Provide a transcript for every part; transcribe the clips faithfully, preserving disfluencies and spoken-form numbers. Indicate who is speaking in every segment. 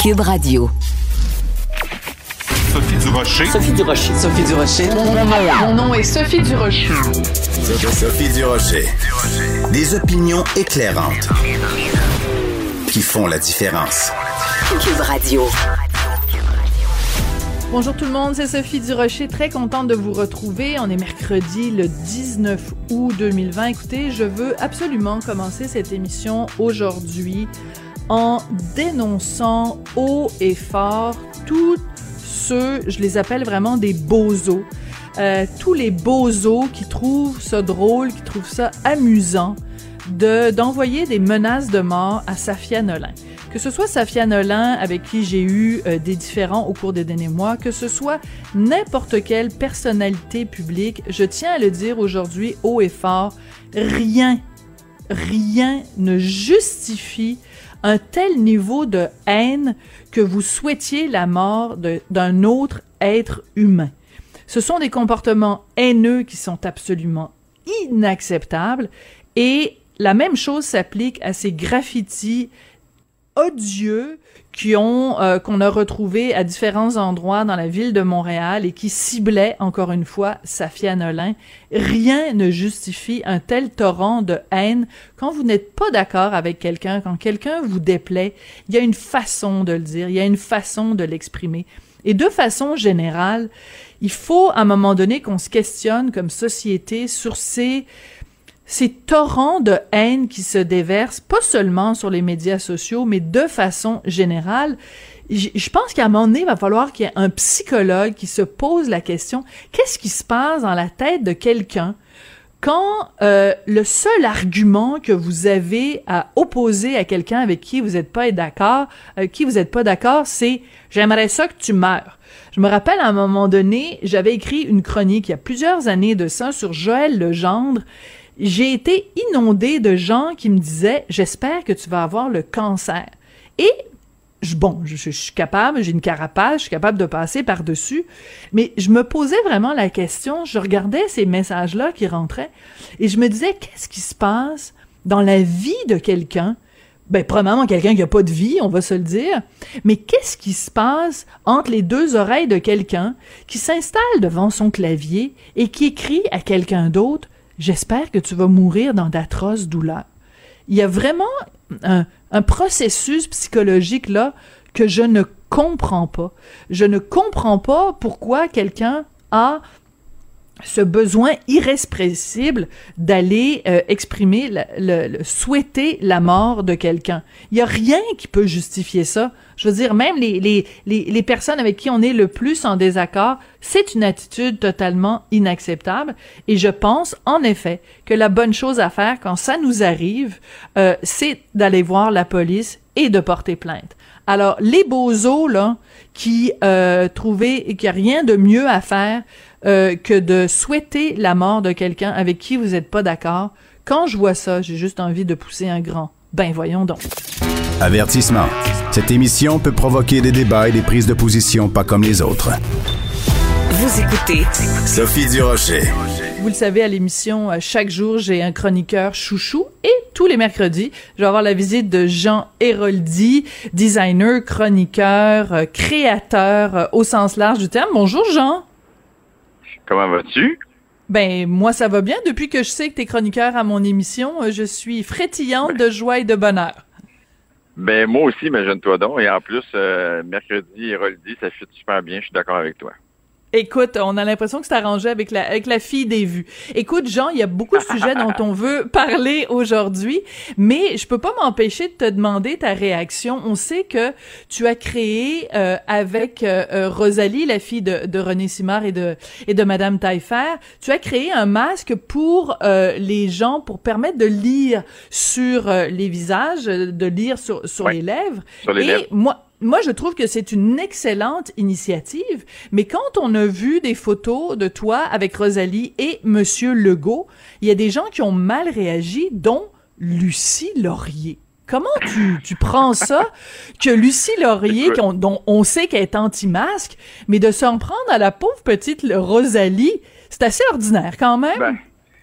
Speaker 1: Cube Radio.
Speaker 2: Sophie Durocher.
Speaker 3: Sophie Durocher.
Speaker 4: Sophie Durocher.
Speaker 5: Mon nom, mon nom est Sophie Durocher.
Speaker 6: Sophie Durocher. Des opinions éclairantes qui font la différence.
Speaker 1: Cube Radio.
Speaker 7: Bonjour tout le monde, c'est Sophie Durocher, très contente de vous retrouver. On est mercredi le dix-neuf août deux mille vingt. Écoutez, je veux absolument commencer cette émission aujourd'hui en dénonçant haut et fort tous ceux, je les appelle vraiment des bozos, euh, tous les bozos qui trouvent ça drôle, qui trouvent ça amusant de d'envoyer des menaces de mort à Safia Nolin. Que ce soit Safia Nolin, avec qui j'ai eu euh, des différends au cours des derniers mois, que ce soit n'importe quelle personnalité publique, je tiens à le dire aujourd'hui haut et fort, rien, rien ne justifie un tel niveau de haine que vous souhaitiez la mort de, d'un autre être humain. Ce sont des comportements haineux qui sont absolument inacceptables et la même chose s'applique à ces graffitis odieux qui ont euh, qu'on a retrouvés à différents endroits dans la ville de Montréal et qui ciblaient encore une fois Safia Nolin. Rien ne justifie un tel torrent de haine quand vous n'êtes pas d'accord avec quelqu'un, quand quelqu'un vous déplaît. Il y a une façon de le dire, il y a une façon de l'exprimer. Et de façon générale, il faut à un moment donné qu'on se questionne comme société sur ces ces torrents de haine qui se déversent, pas seulement sur les médias sociaux, mais de façon générale. Je pense qu'à un moment donné, il va falloir qu'il y ait un psychologue qui se pose la question, qu'est-ce qui se passe dans la tête de quelqu'un quand euh, le seul argument que vous avez à opposer à quelqu'un avec qui vous n'êtes pas d'accord, avec qui vous n'êtes pas d'accord, c'est « j'aimerais ça que tu meurs ». Je me rappelle à un moment donné, j'avais écrit une chronique il y a plusieurs années de ça sur Joël Legendre. J'ai été inondée de gens qui me disaient « j'espère que tu vas avoir le cancer ». Et, je, bon, je, je suis capable, j'ai une carapace, je suis capable de passer par-dessus, mais je me posais vraiment la question, je regardais ces messages-là qui rentraient, et je me disais « qu'est-ce qui se passe dans la vie de quelqu'un ?» Ben, premièrement, quelqu'un qui n'a pas de vie, on va se le dire, mais qu'est-ce qui se passe entre les deux oreilles de quelqu'un qui s'installe devant son clavier et qui écrit à quelqu'un d'autre « j'espère que tu vas mourir dans d'atroces douleurs ». Il y a vraiment un, un processus psychologique là que je ne comprends pas. Je ne comprends pas pourquoi quelqu'un a ce besoin irrépressible d'aller euh, exprimer, le, le, le, souhaiter la mort de quelqu'un. Il y a rien qui peut justifier ça. Je veux dire, même les, les, les, les personnes avec qui on est le plus en désaccord, c'est une attitude totalement inacceptable. Et je pense, en effet, que la bonne chose à faire quand ça nous arrive, euh, c'est d'aller voir la police et de porter plainte. Alors, les bozos, là, qui euh, trouvaient qu'il n'y a rien de mieux à faire euh, que de souhaiter la mort de quelqu'un avec qui vous n'êtes pas d'accord, quand je vois ça, j'ai juste envie de pousser un grand « ben voyons donc ».
Speaker 6: Avertissement. Cette émission peut provoquer des débats et des prises de position pas comme les autres.
Speaker 1: Vous écoutez
Speaker 6: Sophie Durocher.
Speaker 7: Vous le savez, à l'émission, chaque jour, j'ai un chroniqueur chouchou et tous les mercredis, je vais avoir la visite de Jean Héroldi, designer, chroniqueur, créateur au sens large du terme. Bonjour Jean.
Speaker 8: Comment vas-tu?
Speaker 7: Ben, moi ça va bien. Depuis que je sais que t'es chroniqueur à mon émission, je suis frétillante de joie et de bonheur.
Speaker 8: Ben, moi aussi, imagine-toi donc. Et en plus, euh, mercredi, Héroldi, ça fit super bien. Je suis d'accord avec toi.
Speaker 7: Écoute, on a l'impression que c'est arrangé avec la avec la fille des vues. Écoute, Jean, il y a beaucoup de sujets dont on veut parler aujourd'hui, mais je peux pas m'empêcher de te demander ta réaction. On sait que tu as créé euh, avec euh, Rosalie, la fille de, de René Simard et de et de Madame Taillefer, tu as créé un masque pour euh, les gens, pour permettre de lire sur euh, les visages, de lire sur sur ouais, les lèvres.
Speaker 8: Sur les
Speaker 7: et
Speaker 8: lèvres.
Speaker 7: moi. Moi, je trouve que c'est une excellente initiative, mais quand on a vu des photos de toi avec Rosalie et Monsieur Legault, il y a des gens qui ont mal réagi, dont Lucie Laurier. Comment tu, tu prends ça, que Lucie Laurier, qu'on, dont on sait qu'elle est anti-masque, mais de s'en prendre à la pauvre petite Rosalie, c'est assez ordinaire quand même.
Speaker 8: Ben,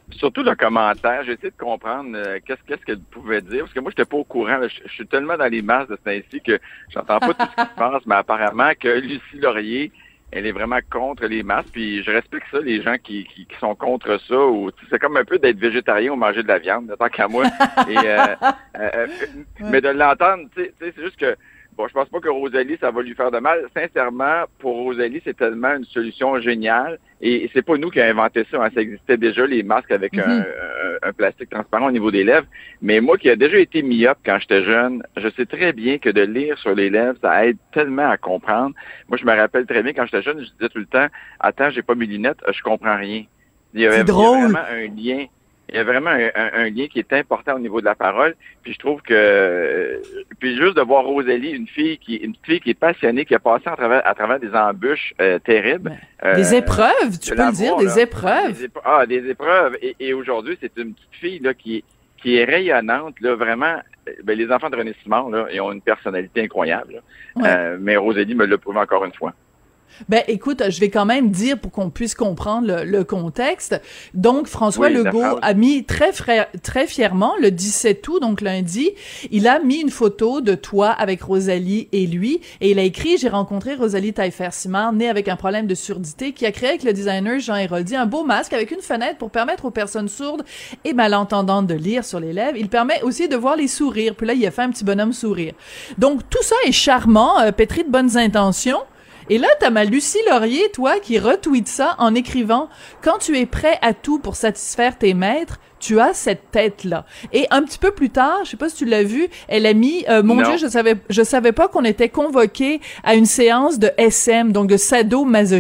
Speaker 8: surtout le commentaire, j'ai essayé de comprendre euh, qu'est-ce qu'est-ce qu'elle pouvait dire, parce que moi, j'étais pas au courant. Là, je, je suis tellement dans les masses de ce temps-ci que j'entends pas tout ce qui se passe, mais apparemment que Lucie Laurier, elle est vraiment contre les masques, puis je respecte ça, les gens qui, qui, qui sont contre ça, ou c'est comme un peu d'être végétarien ou manger de la viande, tant qu'à moi. Et, euh, euh, mais de l'entendre, tu sais, c'est juste que bon, je pense pas que Rosalie, ça va lui faire de mal. Sincèrement, pour Rosalie, c'est tellement une solution géniale. Et c'est pas nous qui avons inventé ça. Hein. Ça existait déjà, les masques avec mm-hmm. un, un, un plastique transparent au niveau des lèvres. Mais moi qui ai déjà été myope quand j'étais jeune, je sais très bien que de lire sur les lèvres, ça aide tellement à comprendre. Moi, je me rappelle très bien, quand j'étais jeune, je disais tout le temps, « Attends, j'ai pas mes lunettes, je comprends rien. » Il y avait,
Speaker 7: c'est drôle.
Speaker 8: Il y a vraiment un lien. Il y a vraiment un, un, un lien qui est important au niveau de la parole. Puis je trouve que, puis juste de voir Rosalie, une fille qui, une fille qui est passionnée, qui a passé à travers, à travers des embûches euh, terribles.
Speaker 7: Ben, des euh, épreuves, tu peux le dire, des épreuves.
Speaker 8: Des épre- ah, des épreuves. Et, et aujourd'hui, c'est une petite fille là qui, qui est rayonnante, là, vraiment. Ben, les enfants de René Simard, là, ils ont une personnalité incroyable. Là. Ouais. Euh, mais Rosalie me l'a prouvé encore une fois.
Speaker 7: Ben, écoute, je vais quand même dire pour qu'on puisse comprendre le, le contexte. Donc, François oui, Legault a mis très, fra- très fièrement, le dix-sept août, donc lundi, il a mis une photo de toi avec Rosalie et lui, et il a écrit « J'ai rencontré Rosalie Taillefer-Simard, née avec un problème de surdité, qui a créé avec le designer Jean Héroldi un beau masque avec une fenêtre pour permettre aux personnes sourdes et malentendantes de lire sur les lèvres. Il permet aussi de voir les sourires. » Puis là, il a fait un petit bonhomme sourire. Donc, tout ça est charmant, euh, pétri de bonnes intentions. Et là, t'as ma Lucie Laurier, toi, qui retweet ça en écrivant « Quand tu es prêt à tout pour satisfaire tes maîtres, tu as cette tête-là. » Et un petit peu plus tard, je sais pas si tu l'as vu, elle a mis euh, « Mon non. Dieu, je savais je savais pas qu'on était convoqué à une séance de S M, donc de sadomasochisme. »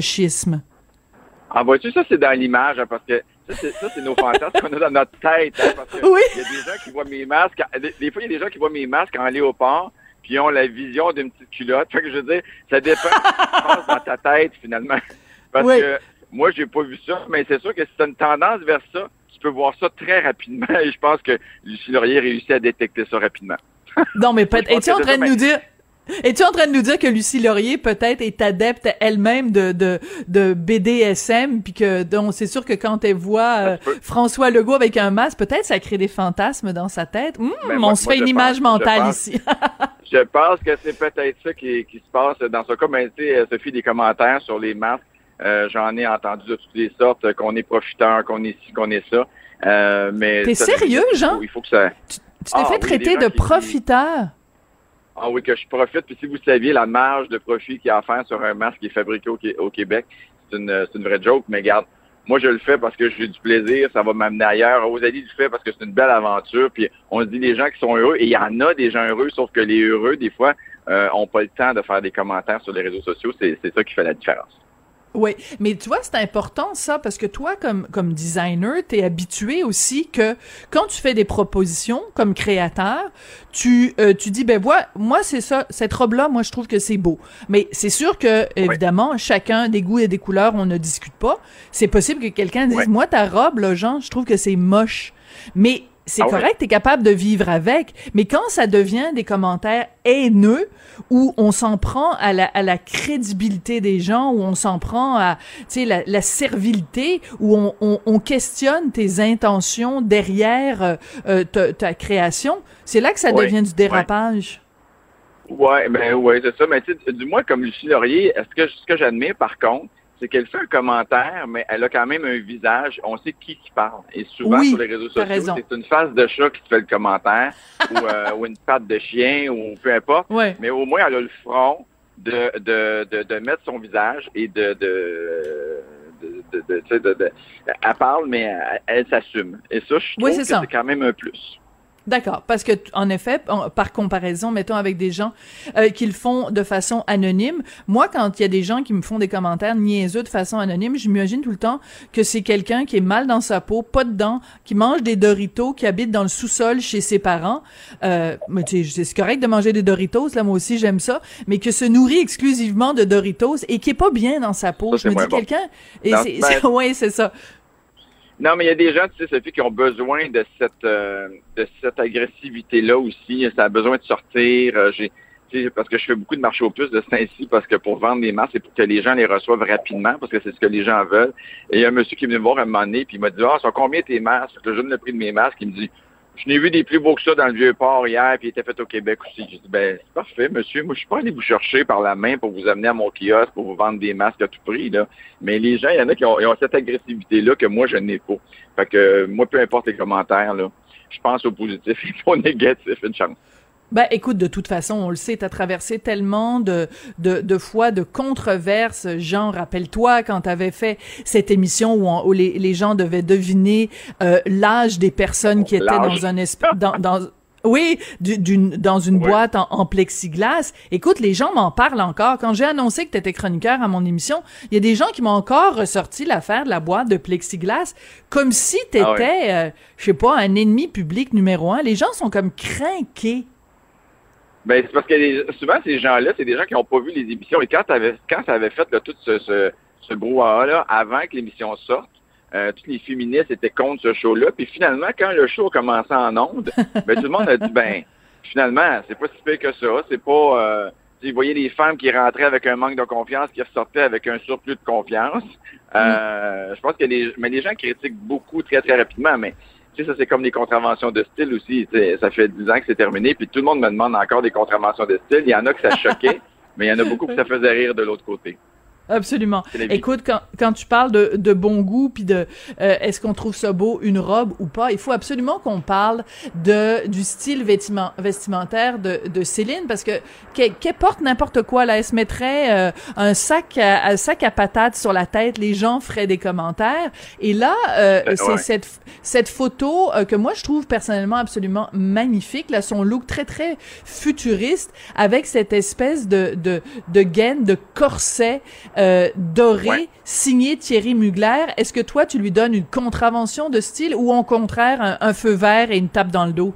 Speaker 8: Ah, vois-tu, ça, c'est dans l'image, hein, parce que ça, c'est, ça, c'est nos fantasmes qu'on a dans notre tête. Hein, parce que
Speaker 7: oui.
Speaker 8: Il y a des gens qui voient mes masques, des, des fois, il y a des gens qui voient mes masques en léopard, puis ils ont la vision d'une petite culotte. Fait que je veux dire, ça dépend de ce qui se passe dans ta tête, finalement. Parce oui. que moi, j'ai pas vu ça, mais c'est sûr que si tu as une tendance vers ça, tu peux voir ça très rapidement. Et je pense que Lucie Laurier réussit à détecter ça rapidement.
Speaker 7: Non, mais peut-être. Es-tu en train de mais... nous dire... Es-tu en train de nous dire que Lucie Laurier peut-être est adepte elle-même de de de B D S M, puis que donc c'est sûr que quand elle voit euh, François Legault avec un masque, peut-être ça crée des fantasmes dans sa tête. Mmh, ben moi, on se fait une image pense, mentale
Speaker 8: je pense,
Speaker 7: ici.
Speaker 8: Je pense que c'est peut-être ça qui, qui se passe dans ce cas. Mais tu sais, Sophie, des commentaires sur les masques, euh, j'en ai entendu de toutes les sortes, qu'on est profiteur, qu'on est ci, qu'on est ça. Euh, mais
Speaker 7: t'es
Speaker 8: ça,
Speaker 7: sérieux, Jean?
Speaker 8: Il faut que ça.
Speaker 7: Tu, tu t'es ah, fait oui, traiter de profiteur?
Speaker 8: Ah oui, que je profite. Puis si vous saviez la marge de profit qu'il y a à faire sur un masque qui est fabriqué au, au Québec, c'est une, c'est une vraie joke. Mais regarde, moi je le fais parce que j'ai du plaisir, ça va m'amener ailleurs. Rosalie le fait parce que c'est une belle aventure. Puis on se dit les gens qui sont heureux, et il y en a des gens heureux, sauf que les heureux, des fois, euh, ont pas le temps de faire des commentaires sur les réseaux sociaux. C'est, c'est ça qui fait la différence.
Speaker 7: Oui, mais tu vois, c'est important ça, parce que toi, comme comme designer, t'es habitué aussi que quand tu fais des propositions comme créateur, tu euh, tu dis ben moi, moi c'est ça, cette robe-là, moi je trouve que c'est beau. Mais c'est sûr que évidemment, oui. chacun des goûts et des couleurs, on ne discute pas. C'est possible que quelqu'un dise oui. moi ta robe là, Jean, je trouve que c'est moche. Mais c'est ah correct, ouais. t'es capable de vivre avec, mais quand ça devient des commentaires haineux, où on s'en prend à la, à la crédibilité des gens, où on s'en prend à, tu sais, la, la servilité, où on, on, on questionne tes intentions derrière euh, ta, ta création, c'est là que ça ouais. devient du dérapage.
Speaker 8: Ouais, ben ouais, c'est ça. Mais tu sais, du moins comme Lucie Laurier, est-ce que ce que j'admire par contre, c'est qu'elle fait un commentaire, mais elle a quand même un visage. On sait qui qui parle. Et souvent,
Speaker 7: oui,
Speaker 8: sur les réseaux sociaux, c'est une face de chat qui te fait le commentaire ou, euh, ou une patte de chien ou peu importe.
Speaker 7: Ouais.
Speaker 8: Mais au moins, elle a le front de de, de, de mettre son visage et de... de de, de, de, de, de, de elle parle, mais elle, elle s'assume. Et ça, je trouve
Speaker 7: oui, c'est
Speaker 8: que
Speaker 7: ça.
Speaker 8: c'est quand même un plus.
Speaker 7: D'accord, parce que en effet, par comparaison, mettons avec des gens euh, qui le font de façon anonyme, moi quand il y a des gens qui me font des commentaires niaiseux de façon anonyme, je m'imagine tout le temps que c'est quelqu'un qui est mal dans sa peau, pas dedans, qui mange des Doritos, qui habite dans le sous-sol chez ses parents. Euh, mais tu sais, c'est correct de manger des Doritos, là moi aussi j'aime ça, mais que se nourrit exclusivement de Doritos et qui est pas bien dans sa peau.
Speaker 8: Ça,
Speaker 7: je me dis
Speaker 8: bon.
Speaker 7: quelqu'un, et
Speaker 8: non,
Speaker 7: c'est,
Speaker 8: ben...
Speaker 7: c'est ouais c'est ça.
Speaker 8: Non, mais il y a des gens, tu sais, Sophie, qui ont besoin de cette euh, de cette agressivité-là aussi. Ça a besoin de sortir. Euh, j'ai parce que je fais beaucoup de marché aux puces de Saint-Cy, parce que pour vendre des masques, c'est pour que les gens les reçoivent rapidement, parce que c'est ce que les gens veulent. Et il y a un monsieur qui est venu me voir à un moment donné, puis il m'a dit, ah, ça combien tes masques? Je donne le prix de mes masques. Il me dit, je n'ai vu des plus beaux que ça dans le Vieux-Port hier, puis ils étaient faits au Québec aussi. J'ai dit, ben, c'est parfait, monsieur. Moi, je suis pas allé vous chercher par la main pour vous amener à mon kiosque, pour vous vendre des masques à tout prix, là. Mais les gens, il y en a qui ont, ils ont cette agressivité-là que moi, je n'ai pas. Fait que, moi, peu importe les commentaires, là, je pense au positif et pas au négatif, une chance.
Speaker 7: Ben, écoute, de toute façon, on le sait, t'as traversé tellement de, de, de fois de controverses. Jean, rappelle-toi quand t'avais fait cette émission où, on, où les, les gens devaient deviner euh, l'âge des personnes qui étaient
Speaker 8: L'âge.
Speaker 7: dans un espace, dans, dans, oui, d'une, dans une
Speaker 8: Oui.
Speaker 7: boîte en, en plexiglas. Écoute, les gens m'en parlent encore. Quand j'ai annoncé que t'étais chroniqueur à mon émission, il y a des gens qui m'ont encore ressorti l'affaire de la boîte de plexiglas comme si t'étais,
Speaker 8: Ah ouais.
Speaker 7: euh, je sais pas, un ennemi public numéro un. Les gens sont comme crinqués.
Speaker 8: Ben, c'est parce que les, souvent, ces gens-là, c'est des gens qui n'ont pas vu les émissions. Et quand, t'avais, quand ça avait fait là, tout ce, ce, ce brouhaha-là, avant que l'émission sorte, euh, toutes les féministes étaient contre ce show-là. Puis finalement, quand le show a commencé en ondes, ben, tout le monde a dit, ben, finalement, c'est pas si pire que ça. C'est pas... Euh, vous voyez les femmes qui rentraient avec un manque de confiance, qui ressortaient avec un surplus de confiance. Euh, je pense que les, mais les gens critiquent beaucoup très, très rapidement, mais tu sais, ça, c'est comme des contraventions de style aussi. T'sais, ça fait dix ans que c'est terminé, puis tout le monde me demande encore des contraventions de style. Il y en a que ça choquait, mais il y en a beaucoup que ça faisait rire de l'autre côté.
Speaker 7: Absolument.
Speaker 8: C'est la vie.
Speaker 7: Écoute, quand, quand tu parles de, de bon goût, puis de euh, est-ce qu'on trouve ça beau, une robe ou pas, il faut absolument qu'on parle de du style vêtiment, vestimentaire de, de Céline, parce que qu'elle, qu'elle porte n'importe quoi, là, elle se mettrait euh, un sac à, un sac à patates sur la tête, les gens feraient des commentaires. Et là, euh,
Speaker 8: Euh,
Speaker 7: c'est
Speaker 8: ouais.
Speaker 7: cette cette photo euh, que moi je trouve personnellement absolument magnifique, là, son look très très futuriste avec cette espèce de de de gaine, de corset euh, doré,
Speaker 8: Ouais.
Speaker 7: signé Thierry Mugler. Est-ce que toi tu lui donnes une contravention de style ou au contraire un, un feu vert et une tape dans le dos?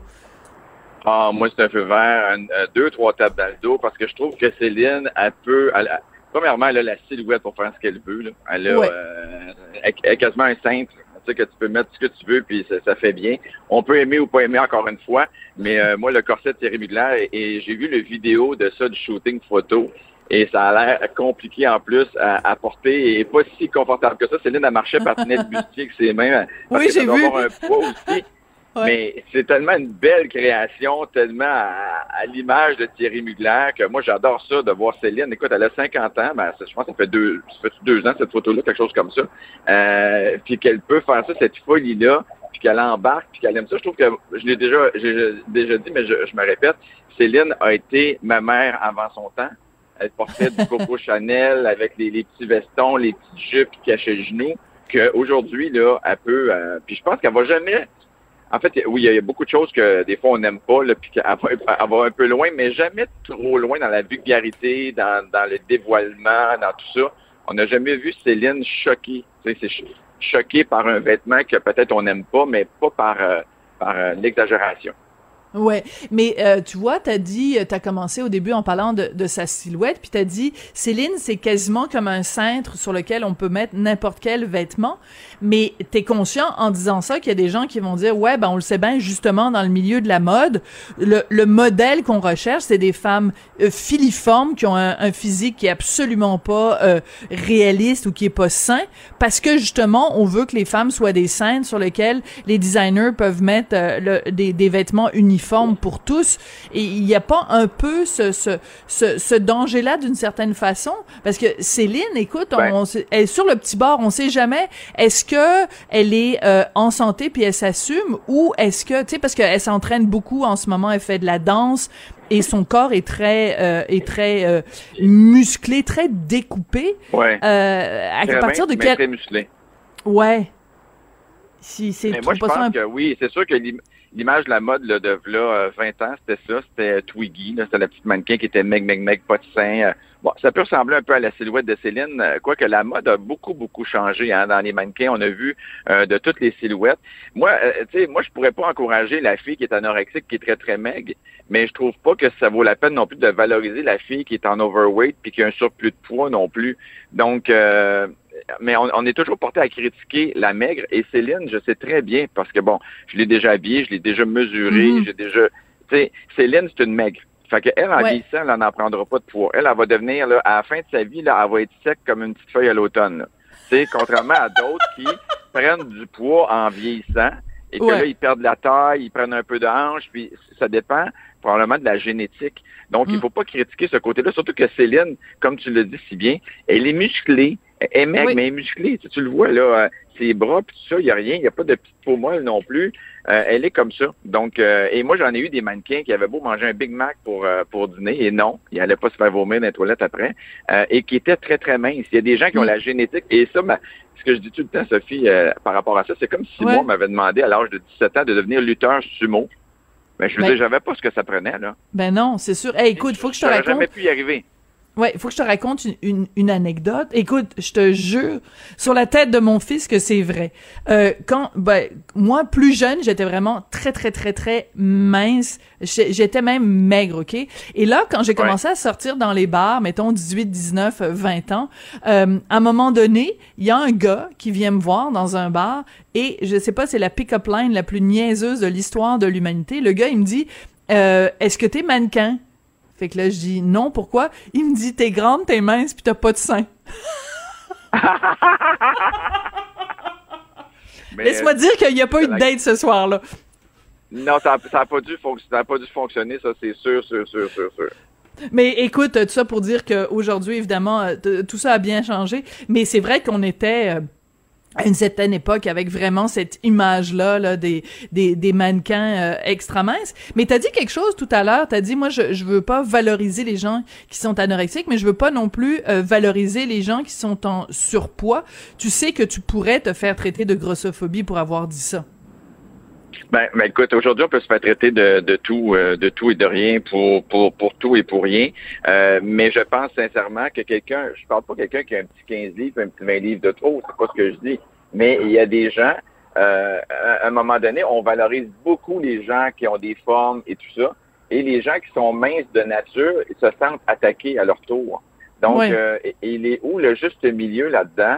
Speaker 8: Ah, moi, c'est un feu vert, un, un, deux, trois tapes dans le dos, parce que je trouve que Céline, elle peut... Elle, elle- premièrement, elle a la silhouette pour faire ce qu'elle veut. Là. Elle, a,
Speaker 7: Ouais.
Speaker 8: euh, elle, elle est quasiment un cintre. Tu sais, que tu peux mettre ce que tu veux, puis ça, ça fait bien. On peut aimer ou pas aimer, encore une fois, mais euh, moi, le corset de Thierry Mugler, et, et j'ai vu le vidéo de ça, du shooting photo, et ça a l'air compliqué en plus à, à porter, et pas si confortable que ça. Céline, elle marchait par le bustier avec ses mains. parce
Speaker 7: Oui,
Speaker 8: que ça
Speaker 7: j'ai
Speaker 8: doit
Speaker 7: vu.
Speaker 8: avoir un poids aussi.
Speaker 7: Ouais.
Speaker 8: Mais c'est tellement une belle création, tellement à, à l'image de Thierry Mugler, que moi, j'adore ça, de voir Céline. Écoute, elle a cinquante ans, ben, ça, je pense que ça fait deux, ça fait deux ans, cette photo-là, quelque chose comme ça. Euh, puis qu'elle peut faire ça, cette folie-là, puis qu'elle embarque, puis qu'elle aime ça. Je trouve que, je l'ai déjà, j'ai déjà dit, mais je, je me répète, Céline a été ma mère avant son temps. Elle portait du Coco Chanel avec les, les petits vestons, les petites jupes qui cachaient le genou, qu'aujourd'hui, là, elle peut... Euh, puis je pense qu'elle va jamais... En fait, oui, il y a beaucoup de choses que des fois on n'aime pas, là, puis qu'elle va, elle va un peu loin, mais jamais trop loin dans la vulgarité, dans, dans le dévoilement, dans tout ça. On n'a jamais vu Céline choquée. Tu sais, c'est cho- choquée par un vêtement que peut-être on n'aime pas, mais pas par, euh, par euh, l'exagération.
Speaker 7: Ouais, mais euh, tu vois, t'as dit, t'as commencé au début en parlant de, de sa silhouette, puis t'as dit, Céline, c'est quasiment comme un cintre sur lequel on peut mettre n'importe quel vêtement, mais t'es conscient en disant ça qu'il y a des gens qui vont dire, ouais, ben on le sait bien, justement, dans le milieu de la mode, le, le modèle qu'on recherche, c'est des femmes euh, filiformes qui ont un, un physique qui est absolument pas euh, réaliste ou qui est pas sain, parce que justement, on veut que les femmes soient des cintres sur lesquels les designers peuvent mettre euh, le, des, des vêtements uniformes pour tous, et il n'y a pas un peu ce, ce, ce, ce danger-là d'une certaine façon, parce que Céline, écoute, on,
Speaker 8: Ben.
Speaker 7: on sait- elle est sur le petit bord, on sait jamais, est-ce que elle est euh, en santé puis elle s'assume, ou est-ce que, tu sais, parce qu'elle s'entraîne beaucoup en ce moment, elle fait de la danse, et son corps est très euh, est très euh, musclé, très découpé.
Speaker 8: Ouais.
Speaker 7: Euh, à
Speaker 8: Très
Speaker 7: partir
Speaker 8: mince,
Speaker 7: de
Speaker 8: mais
Speaker 7: quel...
Speaker 8: très musclé.
Speaker 7: Ouais. Si c'est
Speaker 8: Mais
Speaker 7: trop
Speaker 8: moi, je
Speaker 7: pas
Speaker 8: pense
Speaker 7: ça un-
Speaker 8: que oui, c'est sûr que l'im- l'image de la mode là, de là, euh, vingt ans, c'était ça, c'était Twiggy, là, c'était la petite mannequin qui était meg, meg, meg, pas de sein. euh. Bon, ça peut ressembler un peu à la silhouette de Céline, euh, quoique la mode a beaucoup, beaucoup changé hein, dans les mannequins. On a vu euh, de toutes les silhouettes. Moi, euh, tu sais, moi, je pourrais pas encourager la fille qui est anorexique, qui est très, très maigre, mais je trouve pas que ça vaut la peine non plus de valoriser la fille qui est en overweight puis qui a un surplus de poids non plus. Donc, euh, mais on, on est toujours porté à critiquer la maigre. Et Céline, je sais très bien, parce que bon, je l'ai déjà habillée, je l'ai déjà mesurée,
Speaker 7: Mhm.
Speaker 8: j'ai déjà... Tu sais, Céline, c'est une maigre. Fait qu'elle, en
Speaker 7: Ouais.
Speaker 8: vieillissant, elle n'en prendra pas de poids. Elle, elle va devenir, là, à la fin de sa vie, là, elle va être sec comme une petite feuille à l'automne. Là. Tu sais, contrairement à d'autres qui prennent du poids en vieillissant et que
Speaker 7: Ouais.
Speaker 8: là, ils perdent la taille, ils prennent un peu de hanche, puis ça dépend probablement de la génétique. Donc,
Speaker 7: Mm.
Speaker 8: il faut pas critiquer ce côté-là, surtout que Céline, comme tu le dis si bien, elle est musclée. Elle est maigre,
Speaker 7: Oui.
Speaker 8: mais elle est musclée. Tu, tu le vois, là, euh, ses bras, puis tout ça, il n'y a rien, il n'y a pas de petite peau molle non plus. Euh, elle est comme ça. Donc, euh, et moi, j'en ai eu des mannequins qui avaient beau manger un Big Mac pour euh, pour dîner, et non, ils n'allaient pas se faire vomir dans les toilettes après, euh, et qui étaient très, très minces. Il y a des gens qui ont
Speaker 7: Mm.
Speaker 8: la génétique, et ça, ma, ce que je dis tout le temps, Sophie, euh, par rapport à ça, c'est comme si
Speaker 7: Ouais.
Speaker 8: moi, m'avait demandé à l'âge de dix-sept ans de devenir lutteur sumo. Ben, je veux
Speaker 7: Ben-
Speaker 8: dire, j'avais pas ce que ça prenait, là.
Speaker 7: Ben non, c'est sûr. Hey, écoute, faut que je te
Speaker 8: J'aurais
Speaker 7: raconte.
Speaker 8: jamais pu y arriver.
Speaker 7: Ouais, faut que je te raconte une, une, une anecdote. Écoute, je te jure, sur la tête de mon fils que c'est vrai. Euh, quand, ben, moi, plus jeune, j'étais vraiment très, très, très, très mince. J'ai- J'étais même maigre, OK? Et là, quand j'ai commencé à sortir dans les bars, mettons dix-huit, dix-neuf, vingt ans, euh, à un moment donné, il y a un gars qui vient me voir dans un bar et je sais pas, c'est la pick-up line la plus niaiseuse de l'histoire de l'humanité. Le gars, il me dit, euh, est-ce que t'es mannequin? Fait que là, je dis non, pourquoi? Il me dit, t'es grande, t'es mince, pis t'as pas de sein.
Speaker 8: Mais,
Speaker 7: Laisse-moi dire qu'il n'y a pas eu de date ce soir-là.
Speaker 8: non, ça n'a pas dû fonc- ça a pas dû fonctionner, ça, c'est sûr, sûr, sûr, sûr, sûr.
Speaker 7: Mais écoute, tout ça pour dire qu'aujourd'hui, évidemment, euh, t- tout ça a bien changé. Mais c'est vrai qu'on était... euh, à une certaine époque, avec vraiment cette image-là là, des, des, des mannequins euh, extra minces. Mais t'as dit quelque chose tout à l'heure, t'as dit, moi, je, je veux pas valoriser les gens qui sont anorexiques, mais je veux pas non plus euh, valoriser les gens qui sont en surpoids. Tu sais que tu pourrais te faire traiter de grossophobie pour avoir dit ça.
Speaker 8: Ben, ben écoute, aujourd'hui, on peut se faire traiter de, de tout, euh, de tout et de rien pour pour pour tout et pour rien. Euh, mais je pense sincèrement que quelqu'un, je parle pas de quelqu'un qui a un petit quinze livres, un petit vingt livres de trop, c'est pas ce que je dis. Mais il y a des gens, euh, à un moment donné, on valorise beaucoup les gens qui ont des formes et tout ça, et les gens qui sont minces de nature, ils se sentent attaqués à leur tour. Donc,
Speaker 7: Ouais.
Speaker 8: euh, il est où le juste milieu là-dedans?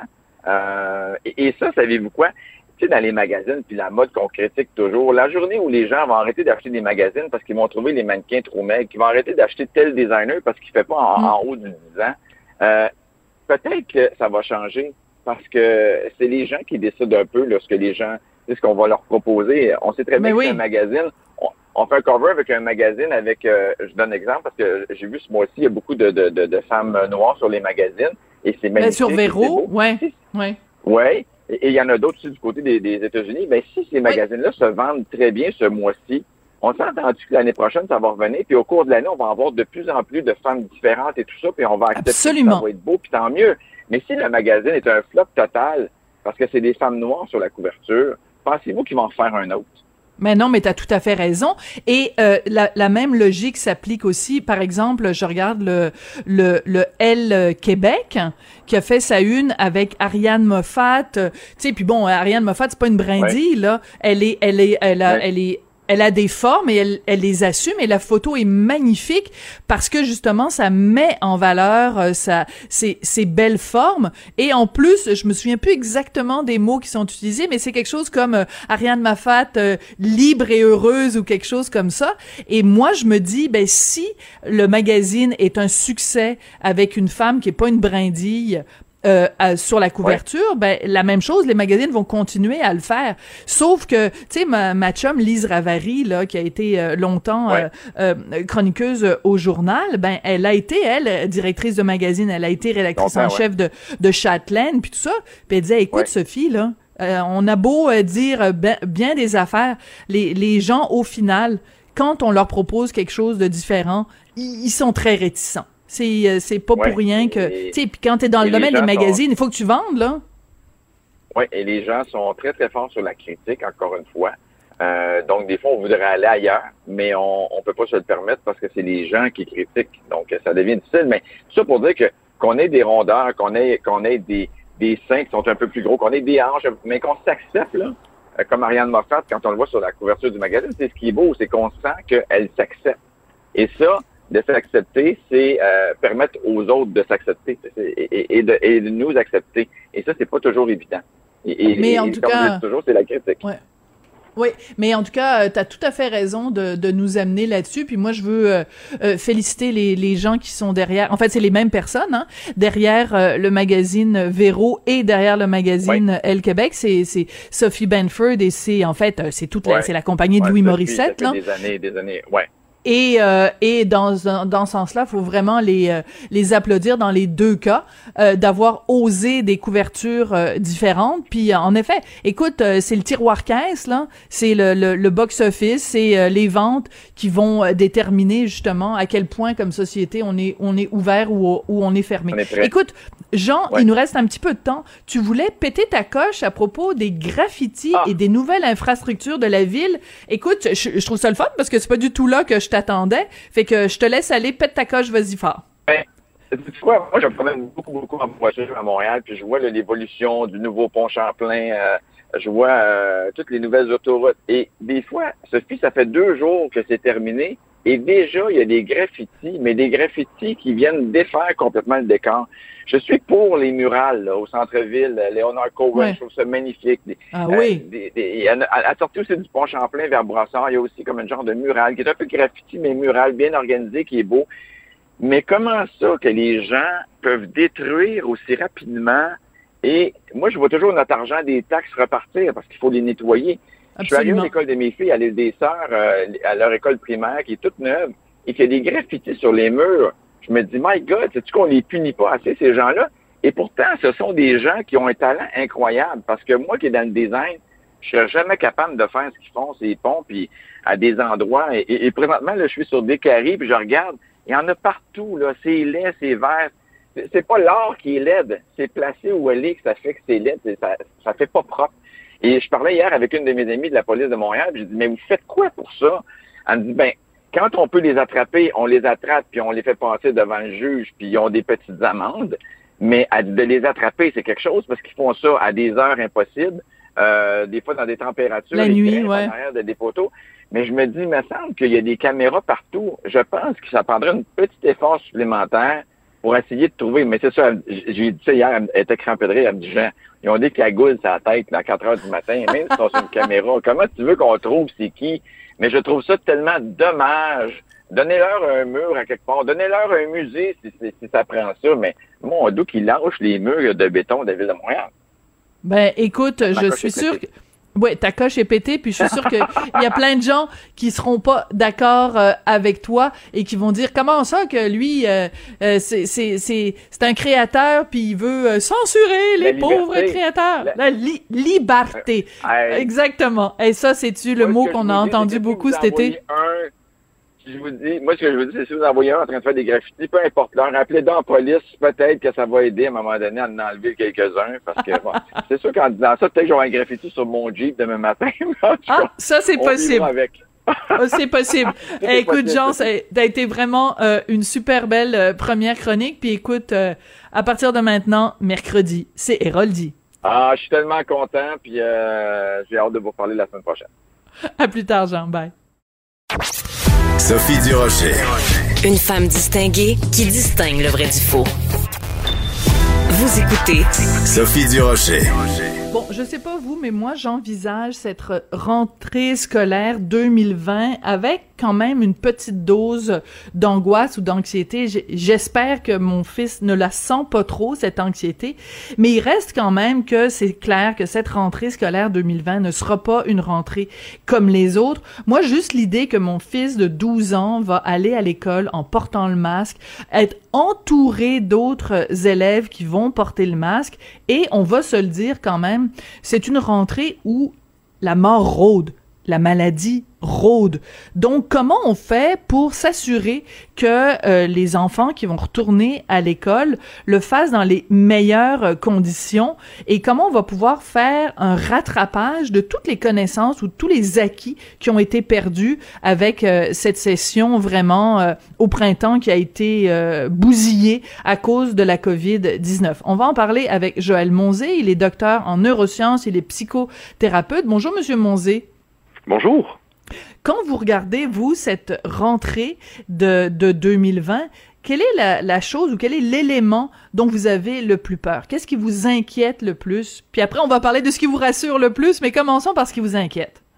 Speaker 8: Euh, et, et ça, savez-vous quoi? Tu sais, dans les magazines, puis la mode qu'on critique toujours, la journée où les gens vont arrêter d'acheter des magazines parce qu'ils vont trouver les mannequins trop maigres, qu'ils vont arrêter d'acheter tel designer parce qu'il fait pas en,
Speaker 7: Mm.
Speaker 8: en haut du dix ans, euh, peut-être que ça va changer parce que c'est les gens qui décident un peu là, ce que les gens, ce qu'on va leur proposer. On sait très bien
Speaker 7: Mais
Speaker 8: que
Speaker 7: oui.
Speaker 8: c'est un magazine. On, on fait un cover avec un magazine avec, euh, je donne un exemple parce que j'ai vu ce mois-ci, il y a beaucoup de, de, de, de femmes noires sur les magazines et c'est
Speaker 7: Ben,
Speaker 8: magnifique.
Speaker 7: sur
Speaker 8: et
Speaker 7: Véro,
Speaker 8: c'est beau.
Speaker 7: ouais, ouais.
Speaker 8: Oui, et il y en a d'autres aussi du côté des, des États-Unis. Ben, si ces magazines-là se vendent très bien ce mois-ci, on s'est entendu que l'année prochaine, ça va revenir, puis au cours de l'année, on va avoir de plus en plus de femmes différentes et tout ça, puis on va accepter
Speaker 7: Absolument.
Speaker 8: que ça va être beau, puis tant mieux. Mais si le magazine est un flop total, parce que c'est des femmes noires sur la couverture, pensez-vous qu'ils vont en faire un autre?
Speaker 7: Mais non, mais t'as tout à fait raison. Et euh, la, la même logique s'applique aussi. Par exemple, je regarde le le le Elle Québec qui a fait sa une avec Ariane Moffat. Tu sais, puis bon, Ariane Moffat, c'est pas une brindille là. Elle est, elle est, elle a,
Speaker 8: Ouais.
Speaker 7: elle est. Elle a des formes et elle, elle les assume et la photo est magnifique parce que justement ça met en valeur euh, sa, ses, ses belles formes et en plus je me souviens plus exactement des mots qui sont utilisés mais c'est quelque chose comme euh, Ariane Moffat euh, libre et heureuse ou quelque chose comme ça et moi je me dis ben si le magazine est un succès avec une femme qui est pas une brindille Euh, à, sur la couverture, ben la même chose, les magazines vont continuer à le faire. Sauf que, tu sais, ma, ma chum Lise Ravary, là, qui a été euh, longtemps
Speaker 8: Ouais.
Speaker 7: euh, euh, chroniqueuse au journal, ben elle a été, elle, directrice de magazine, elle a été rédactrice
Speaker 8: Longtemps,
Speaker 7: en chef de, de Châtelaine, puis tout ça. Puis elle disait, écoute,
Speaker 8: Ouais.
Speaker 7: Sophie, là, euh, on a beau euh, dire ben, bien des affaires, les, les gens, au final, quand on leur propose quelque chose de différent, ils, ils sont très réticents. C'est euh, c'est pas
Speaker 8: Ouais.
Speaker 7: pour rien que
Speaker 8: Et-
Speaker 7: tu sais puis quand t'es dans
Speaker 8: et
Speaker 7: le
Speaker 8: les
Speaker 7: domaine des
Speaker 8: gens sont-
Speaker 7: magazines, il faut que tu vendes là.
Speaker 8: Oui, et les gens sont très, très forts sur la critique, encore une fois. Euh, donc, des fois, on voudrait aller ailleurs, mais on on peut pas se le permettre parce que c'est les gens qui critiquent. Donc, ça devient difficile. Mais tout ça pour dire que qu'on ait des rondeurs, qu'on ait qu'on ait des, des seins qui sont un peu plus gros, qu'on ait des hanches, mais qu'on s'accepte, là. Euh, comme Ariane Moffat, quand on le voit sur la couverture du magazine, c'est ce qui est beau, c'est qu'on sent qu'elle s'accepte. Et ça, de s'accepter, c'est euh, permettre aux autres de s'accepter et, et, et, de, et de nous accepter. Et ça, c'est pas toujours évident. Et, et,
Speaker 7: Mais
Speaker 8: et
Speaker 7: en tout
Speaker 8: comme
Speaker 7: cas-
Speaker 8: je dis toujours, c'est la critique.
Speaker 7: Ouais. Oui, mais en tout cas, euh, tu as tout à fait raison de, de nous amener là-dessus. Puis moi, je veux euh, euh, féliciter les, les gens qui sont derrière. En fait, c'est les mêmes personnes, hein, derrière euh, le magazine Véro et derrière le magazine oui. Elle Québec. C'est, c'est Sophie Benford et c'est en fait, c'est toute la, ouais. c'est la compagnie de ouais, Louis Sophie, Morissette.
Speaker 8: Ça fait
Speaker 7: là.
Speaker 8: Des années, des années, ouais.
Speaker 7: Et euh, et dans dans ce sens-là, faut vraiment les euh, les applaudir dans les deux cas euh, d'avoir osé des couvertures euh, différentes. Puis en effet, écoute, euh, c'est le tiroir caisse là, c'est le le, le box-office, c'est euh, les ventes qui vont euh, déterminer justement à quel point comme société on est on est ouvert ou ou on est fermé. On est écoute, Jean, ouais. il nous reste un petit peu de temps. Tu voulais péter ta coche à propos des graffitis ah. et des nouvelles infrastructures de la ville. Écoute, je, je trouve ça le fun parce que c'est pas du tout là que je t'attendais. Fait que je te laisse aller, pète ta coche, vas-y fort.
Speaker 8: Ben, tu vois, moi, je me promène beaucoup, beaucoup en voiture à Montréal, puis je vois là, l'évolution du nouveau pont Champlain, euh, je vois euh, toutes les nouvelles autoroutes. Et des fois, Sophie, ça fait deux jours que c'est terminé, et déjà, il y a des graffitis, mais des graffitis qui viennent défaire complètement le décor. Je suis pour les murales là, au centre-ville, Léonard Cohen, ouais. je trouve ça magnifique. Des,
Speaker 7: ah euh, oui?
Speaker 8: Des, des, à, à la sortie aussi du pont Champlain vers Brossard, il y a aussi comme un genre de mural, qui est un peu graffiti, mais mural bien organisé, qui est beau. Mais comment ça que les gens peuvent détruire aussi rapidement? Et moi, je vois toujours notre argent des taxes repartir parce qu'il faut les nettoyer. Absolument. Je suis allé à l'école de mes filles, à l'île des Sœurs, euh, à leur école primaire, qui est toute neuve, et qu'il y a des graffitis sur les murs. Je me dis, my God, sais-tu qu'on les punit pas assez, ces gens-là? Et pourtant, ce sont des gens qui ont un talent incroyable. Parce que moi qui est dans le design, je serais jamais capable de faire ce qu'ils font, ces ponts, puis à des endroits. Et, et, et présentement, là, je suis sur Descaries, puis je regarde, il y en a partout, là. C'est laid, c'est vert. C'est, c'est pas l'art qui est laid. C'est placé où elle est que ça fait que c'est laid. C'est, ça, ça fait pas propre. Et je parlais hier avec une de mes amies de la police de Montréal, puis je dis, mais vous faites quoi pour ça? Elle me dit, ben, quand on peut les attraper, on les attrape, puis on les fait passer devant le juge, puis ils ont des petites amendes. Mais à, de les attraper, c'est quelque chose, parce qu'ils font ça à des heures impossibles, euh, des fois dans des températures.
Speaker 7: La nuit, ouais.
Speaker 8: En arrière de des poteaux. Mais je me dis, il me semble qu'il y a des caméras partout. Je pense que ça prendrait un petit effort supplémentaire pour essayer de trouver. Mais c'est ça, j'ai dit ça hier, elle était crampée de rire, elle me dit, Jean, ils ont des cagoules sur la tête à quatre heures du matin, même si c'est une caméra. Comment tu veux qu'on trouve c'est qui? Mais je trouve ça tellement dommage. Donnez-leur un mur à quelque part. Donnez-leur un musée si, si, si ça prend ça. Mais moi, on doit qu'ils lâchent les murs de béton de la Ville de Montréal.
Speaker 7: Ben, écoute, Ma je suis sûre que... Oui, ta coche est pétée, puis je suis sûre qu'il y a plein de gens qui seront pas d'accord euh, avec toi et qui vont dire comment ça que lui euh, euh, c'est c'est c'est c'est un créateur puis il veut euh, censurer les pauvres créateurs. La, la li- liberté. Euh, Exactement. Et ça, c'est-tu le mot qu'on a entendu beaucoup cet été?
Speaker 8: Un, je vous dis, moi, ce que je vous dis, c'est si vous envoyez un en train de faire des graffitis, peu importe, leur appelez dans la police, peut-être que ça va aider à un moment donné à en enlever quelques-uns, parce que, bon, c'est sûr qu'en disant ça, peut-être que j'aurai un graffiti sur mon Jeep demain matin.
Speaker 7: Ah, ça, c'est possible. Avec. C'est possible. Hey, écoute, possible. Jean, ça a été vraiment euh, une super belle euh, première chronique, puis écoute, euh, à partir de maintenant, mercredi, c'est Héroldi.
Speaker 8: Ah, je suis tellement content, puis euh, j'ai hâte de vous reparler la semaine prochaine.
Speaker 7: À plus tard, Jean. Bye.
Speaker 6: Sophie Durocher.
Speaker 1: Une femme distinguée qui distingue le vrai du faux. Vous écoutez
Speaker 6: Sophie Durocher.
Speaker 7: Bon, je sais pas vous, mais moi, j'envisage cette rentrée scolaire deux mille vingt avec quand même une petite dose d'angoisse ou d'anxiété. J'espère que mon fils ne la sent pas trop, cette anxiété, mais il reste quand même que c'est clair que cette rentrée scolaire deux mille vingt ne sera pas une rentrée comme les autres. Moi, juste l'idée que mon fils de douze ans va aller à l'école en portant le masque, être entouré d'autres élèves qui vont porter le masque, et on va se le dire quand même, c'est une rentrée où la mort rôde, la maladie rôde. Donc, comment on fait pour s'assurer que euh, les enfants qui vont retourner à l'école le fassent dans les meilleures euh, conditions, et comment on va pouvoir faire un rattrapage de toutes les connaissances ou tous les acquis qui ont été perdus avec euh, cette session vraiment euh, au printemps qui a été euh, bousillée à cause de la covid dix-neuf. On va en parler avec Joël Monzé. Il est docteur en neurosciences, il est psychothérapeute. Bonjour, Monsieur Monzé.
Speaker 2: Bonjour.
Speaker 7: Quand vous regardez, vous, cette rentrée de, de deux mille vingt, quelle est la, la chose ou quel est l'élément dont vous avez le plus peur? Qu'est-ce qui vous inquiète le plus? Puis après, on va parler de ce qui vous rassure le plus, mais commençons par ce qui vous inquiète.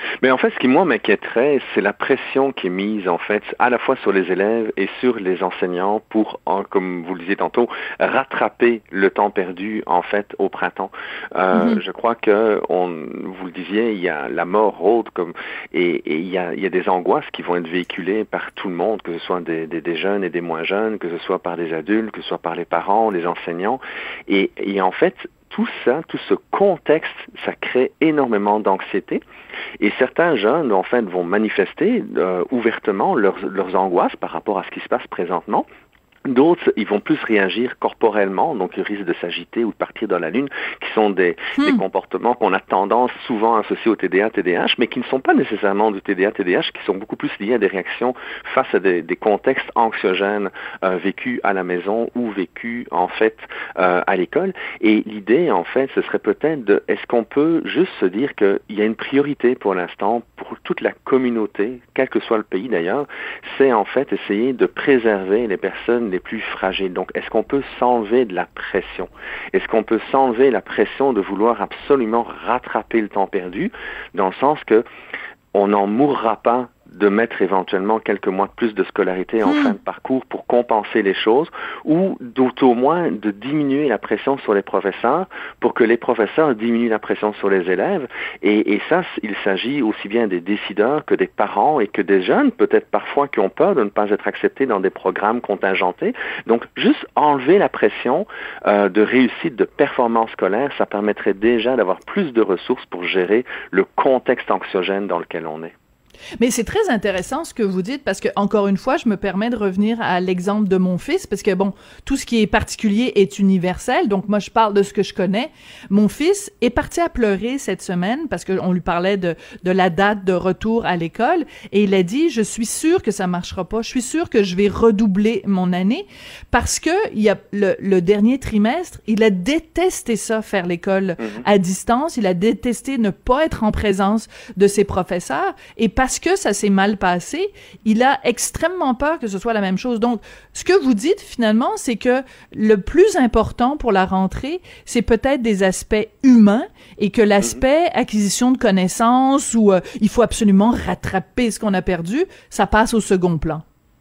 Speaker 2: Mais en fait, ce qui, moi, m'inquiéterait, c'est la pression qui est mise, en fait, à la fois sur les élèves et sur les enseignants pour, en, comme vous le disiez tantôt, rattraper le temps perdu, en fait, au printemps. Euh, mm-hmm. Je crois que, on, vous le disiez, il y a la mort rôde, comme, et, et il y a, il y a des angoisses qui vont être véhiculées par tout le monde, que ce soit des, des, des jeunes et des moins jeunes, que ce soit par des adultes, que ce soit par les parents, les enseignants. Et, et en fait, tout ça, tout ce contexte, ça crée énormément d'anxiété. Et certains jeunes, en fait, vont manifester euh, ouvertement leurs, leurs angoisses par rapport à ce qui se passe présentement. D'autres, ils vont plus réagir corporellement, donc ils risquent de s'agiter ou de partir dans la lune, qui sont des, hmm. des comportements qu'on a tendance souvent à associer au T D A, T D A H, mais qui ne sont pas nécessairement du T D A, T D A H, qui sont beaucoup plus liés à des réactions face à des, des contextes anxiogènes euh, vécus à la maison ou vécus, en fait, euh, à l'école. Et l'idée, en fait, ce serait peut-être de, est-ce qu'on peut juste se dire qu'il y a une priorité pour l'instant, pour toute la communauté, quel que soit le pays d'ailleurs, c'est en fait essayer de préserver les personnes les plus fragiles. Donc, est-ce qu'on peut s'enlever de la pression? Est-ce qu'on peut s'enlever la pression de vouloir absolument rattraper le temps perdu, dans le sens que on n'en mourra pas de mettre éventuellement quelques mois de plus de scolarité en mmh. fin de parcours pour compenser les choses, ou d'autant au moins de diminuer la pression sur les professeurs pour que les professeurs diminuent la pression sur les élèves. Et, et ça, il s'agit aussi bien des décideurs que des parents et que des jeunes, peut-être parfois qui ont peur de ne pas être acceptés dans des programmes contingentés. Donc, juste enlever la pression euh, de réussite, de performance scolaire, ça permettrait déjà d'avoir plus de ressources pour gérer le contexte anxiogène dans lequel on est.
Speaker 7: Mais c'est très intéressant ce que vous dites, parce que, encore une fois, je me permets de revenir à l'exemple de mon fils, parce que, bon, tout ce qui est particulier est universel, donc moi, je parle de ce que je connais. Mon fils est parti à pleurer cette semaine, parce qu'on lui parlait de, de la date de retour à l'école, et il a dit, je suis sûr que ça marchera pas, je suis sûr que je vais redoubler mon année, parce que il y a le, le dernier trimestre, il a détesté ça, faire l'école mmh. à distance, il a détesté ne pas être en présence de ses professeurs, et parce que ça s'est mal passé, il a extrêmement peur que ce soit la même chose. Donc, ce que vous dites finalement, c'est que le plus important pour la rentrée, c'est peut-être des aspects humains et que l'aspect acquisition de connaissances ou euh, il faut absolument rattraper ce qu'on a perdu, ça passe au second plan.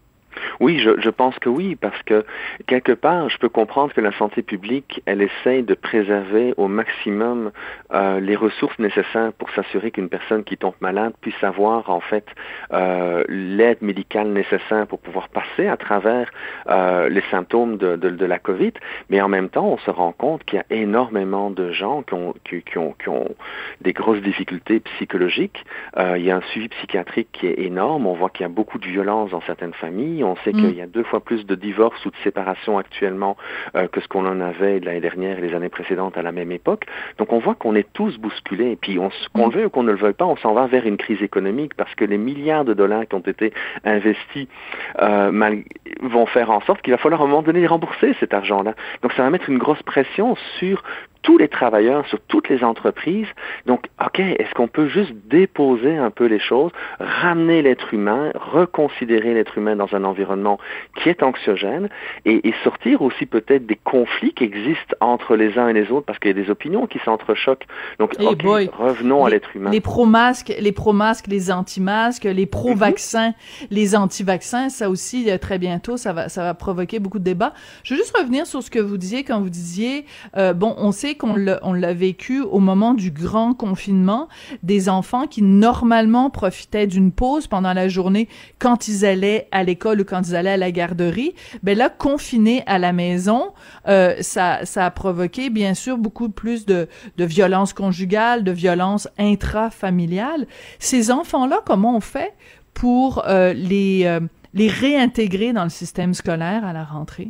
Speaker 2: Oui, je, je pense que oui, parce que quelque part, je peux comprendre que la santé publique, elle essaye de préserver au maximum euh, les ressources nécessaires pour s'assurer qu'une personne qui tombe malade puisse avoir en fait euh, l'aide médicale nécessaire pour pouvoir passer à travers euh, les symptômes de, de, de la COVID. Mais en même temps, on se rend compte qu'il y a énormément de gens qui ont, qui, qui ont, qui ont des grosses difficultés psychologiques. Euh, il y a un suivi psychiatrique qui est énorme. On voit qu'il y a beaucoup de violence dans certaines familles. On sait mmh. qu'il y a deux fois plus de divorces ou de séparations actuellement euh, que ce qu'on en avait l'année dernière et les années précédentes à la même époque. Donc on voit qu'on est tous bousculés. Et puis on, qu'on le veuille ou qu'on ne le veuille pas, on s'en va vers une crise économique parce que les milliards de dollars qui ont été investis euh, mal, vont faire en sorte qu'il va falloir à un moment donné rembourser cet argent-là. Donc ça va mettre une grosse pression sur tous les travailleurs, sur toutes les entreprises. Donc, OK, est-ce qu'on peut juste déposer un peu les choses, ramener l'être humain, reconsidérer l'être humain dans un environnement qui est anxiogène et, et sortir aussi peut-être des conflits qui existent entre les uns et les autres parce qu'il y a des opinions qui s'entrechoquent. Donc, hey OK, boy. revenons
Speaker 7: les,
Speaker 2: à l'être humain.
Speaker 7: Les pro-masques, les pro-masques, les anti-masques, les pro-vaccins, mm-hmm. les anti-vaccins, ça aussi, très bientôt, ça va, ça va provoquer beaucoup de débats. Je veux juste revenir sur ce que vous disiez quand vous disiez, euh, bon, on sait qu'on l'a, on l'a vécu au moment du grand confinement, des enfants qui normalement profitaient d'une pause pendant la journée quand ils allaient à l'école ou quand ils allaient à la garderie, ben là, confinés à la maison, euh, ça, ça a provoqué bien sûr beaucoup plus de, de violence conjugale, de violence intrafamiliale. Ces enfants-là, comment on fait pour euh, les, euh, les réintégrer dans le système scolaire à la rentrée?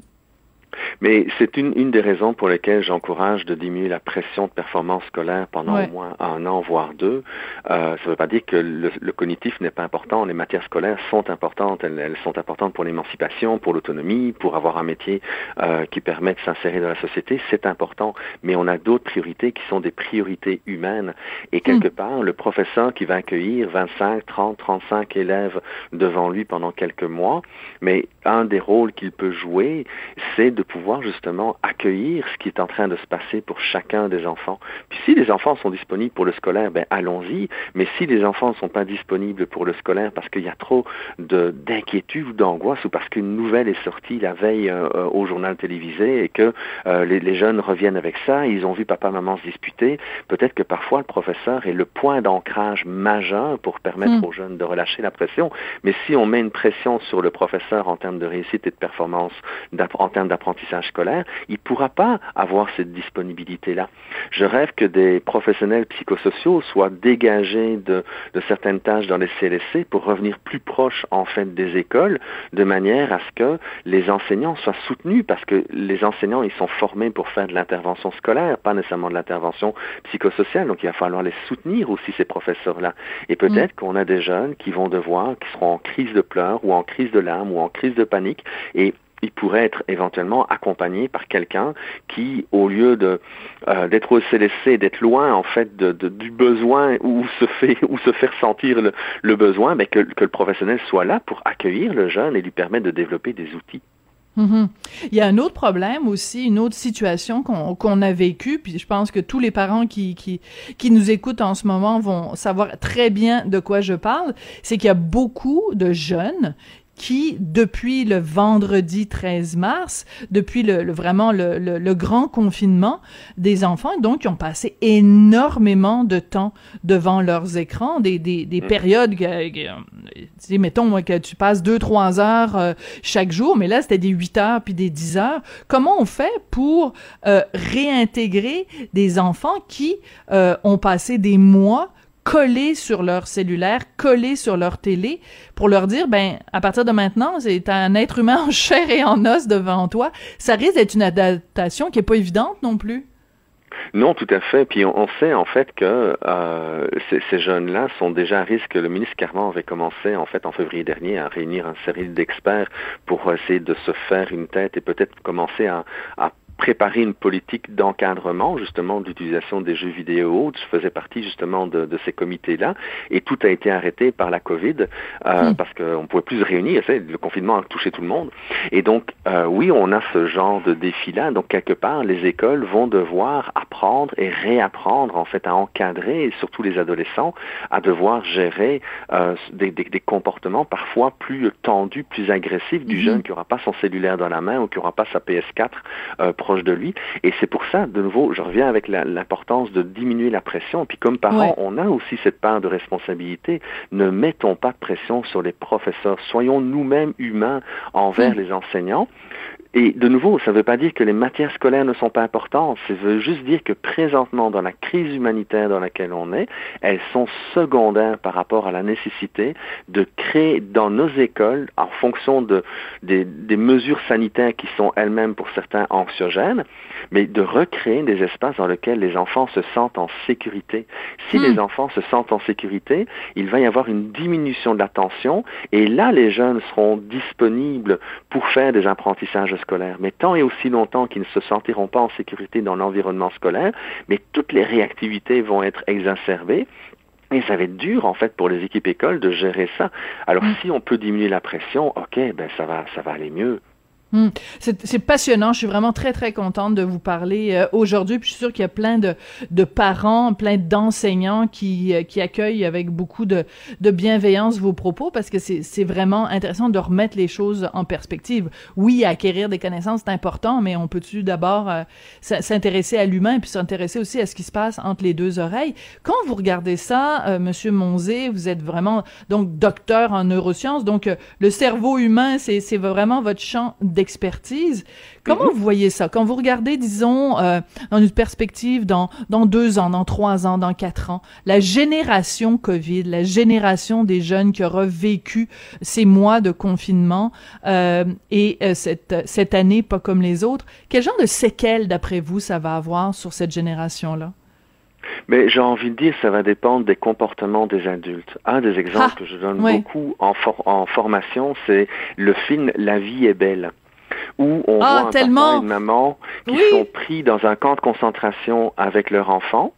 Speaker 2: Mais c'est une, une des raisons pour lesquelles j'encourage de diminuer la pression de performance scolaire pendant ouais. au moins un an, voire deux. Euh, ça ne veut pas dire que le, le cognitif n'est pas important. Les matières scolaires sont importantes. Elles, elles sont importantes pour l'émancipation, pour l'autonomie, pour avoir un métier euh, qui permet de s'insérer dans la société. C'est important. Mais on a d'autres priorités qui sont des priorités humaines. Et quelque mmh. part, le professeur qui va accueillir vingt-cinq, trente, trente-cinq élèves devant lui pendant quelques mois, mais un des rôles qu'il peut jouer, c'est de pouvoir devoir justement accueillir ce qui est en train de se passer pour chacun des enfants. Puis si les enfants sont disponibles pour le scolaire, ben allons-y. Mais si les enfants ne sont pas disponibles pour le scolaire parce qu'il y a trop de, d'inquiétude ou d'angoisse ou parce qu'une nouvelle est sortie la veille euh, au journal télévisé et que euh, les, les jeunes reviennent avec ça, ils ont vu papa, maman se disputer, peut-être que parfois le professeur est le point d'ancrage majeur pour permettre mmh. aux jeunes de relâcher la pression. Mais si on met une pression sur le professeur en termes de réussite et de performance, en termes d'apprentissage scolaire, il ne pourra pas avoir cette disponibilité-là. Je rêve que des professionnels psychosociaux soient dégagés de, de certaines tâches dans les C L S C pour revenir plus proches, en fait, des écoles, de manière à ce que les enseignants soient soutenus, parce que les enseignants, ils sont formés pour faire de l'intervention scolaire, pas nécessairement de l'intervention psychosociale, donc il va falloir les soutenir aussi, ces professeurs-là. Et peut-être mmh. qu'on a des jeunes qui vont devoir, qui seront en crise de pleurs, ou en crise de larmes, ou en crise de panique, et il pourrait être éventuellement accompagné par quelqu'un qui, au lieu de euh, d'être au C L S C, d'être loin en fait de, de, du besoin où se fait où se fait ressentir le, le besoin, mais que, que le professionnel soit là pour accueillir le jeune et lui permettre de développer des outils.
Speaker 7: Mm-hmm. Il y a un autre problème aussi, une autre situation qu'on, qu'on a vécue, puis je pense que tous les parents qui, qui, qui nous écoutent en ce moment vont savoir très bien de quoi je parle, c'est qu'il y a beaucoup de jeunes qui, depuis le vendredi treize mars, depuis le, le vraiment le, le, le grand confinement des enfants, donc, qui ont passé énormément de temps devant leurs écrans, des, des, des périodes, que, que, mettons, moi, que tu passes deux, trois heures euh, chaque jour, mais là, c'était des huit heures puis des dix heures. Comment on fait pour euh, réintégrer des enfants qui euh, ont passé des mois collés sur leur cellulaire, collés sur leur télé, pour leur dire, ben, à partir de maintenant, c'est un être humain en chair et en os devant toi. Ça risque d'être une adaptation qui est pas évidente non plus.
Speaker 2: Non, tout à fait. Puis on, on sait en fait que euh, ces, ces jeunes-là sont déjà à risque. Le ministre Carman avait commencé en fait en février dernier à réunir une série d'experts pour essayer de se faire une tête et peut-être commencer à, à préparer une politique d'encadrement justement de l'utilisation des jeux vidéo. Je faisais partie justement de, de ces comités-là et tout a été arrêté par la COVID euh, mmh. parce qu'on ne pouvait plus se réunir. Le confinement a touché tout le monde. Et donc, euh, oui, on a ce genre de défi-là. Donc, quelque part, les écoles vont devoir apprendre et réapprendre en fait à encadrer, et surtout les adolescents, à devoir gérer euh, des, des, des comportements parfois plus tendus, plus agressifs du mmh. jeune qui n'aura pas son cellulaire dans la main ou qui n'aura pas sa P S quatre euh, proche de lui. Et c'est pour ça, de nouveau, je reviens avec la, l'importance de diminuer la pression. Puis comme parents, ouais. on a aussi cette part de responsabilité. Ne mettons pas de pression sur les professeurs. Soyons nous-mêmes humains envers mmh. les enseignants. Et de nouveau, ça ne veut pas dire que les matières scolaires ne sont pas importantes. Ça veut juste dire que présentement, dans la crise humanitaire dans laquelle on est, elles sont secondaires par rapport à la nécessité de créer dans nos écoles, en fonction de, des, des mesures sanitaires qui sont elles-mêmes pour certains anxiogènes, mais de recréer des espaces dans lesquels les enfants se sentent en sécurité. Si mmh. les enfants se sentent en sécurité, il va y avoir une diminution de la tension et là, les jeunes seront disponibles pour faire des apprentissages scolaires. Mais tant et aussi longtemps qu'ils ne se sentiront pas en sécurité dans l'environnement scolaire, mais toutes les réactivités vont être exacerbées. Et ça va être dur, en fait, pour les équipes écoles de gérer ça. Alors, mmh. si on peut diminuer la pression, OK, ben ça va, ça va aller mieux.
Speaker 7: Hum. C'est, c'est passionnant. Je suis vraiment très, très contente de vous parler euh, aujourd'hui. Puis je suis sûre qu'il y a plein de, de parents, plein d'enseignants qui, euh, qui accueillent avec beaucoup de, de bienveillance vos propos parce que c'est, c'est vraiment intéressant de remettre les choses en perspective. Oui, acquérir des connaissances, c'est important, mais on peut-tu d'abord euh, s'intéresser à l'humain puis s'intéresser aussi à ce qui se passe entre les deux oreilles. Quand vous regardez ça, euh, Monsieur Monzé, vous êtes vraiment donc docteur en neurosciences, donc euh, le cerveau humain, c'est, c'est vraiment votre champ d'expertise. Expertise. Comment mm-hmm. vous voyez ça? Quand vous regardez, disons, euh, dans une perspective dans, dans deux ans, dans trois ans, dans quatre ans, la génération COVID, la génération des jeunes qui aura vécu ces mois de confinement euh, et euh, cette, cette année pas comme les autres, quel genre de séquelles, d'après vous, ça va avoir sur cette génération-là?
Speaker 2: Mais j'ai envie de dire, ça va dépendre des comportements des adultes. Un des exemples ah, que je donne oui. beaucoup en, for- en formation, c'est le film « La vie est belle ». Où on ah, voit un tellement. papa et une maman qui oui. sont pris dans un camp de concentration avec leur enfant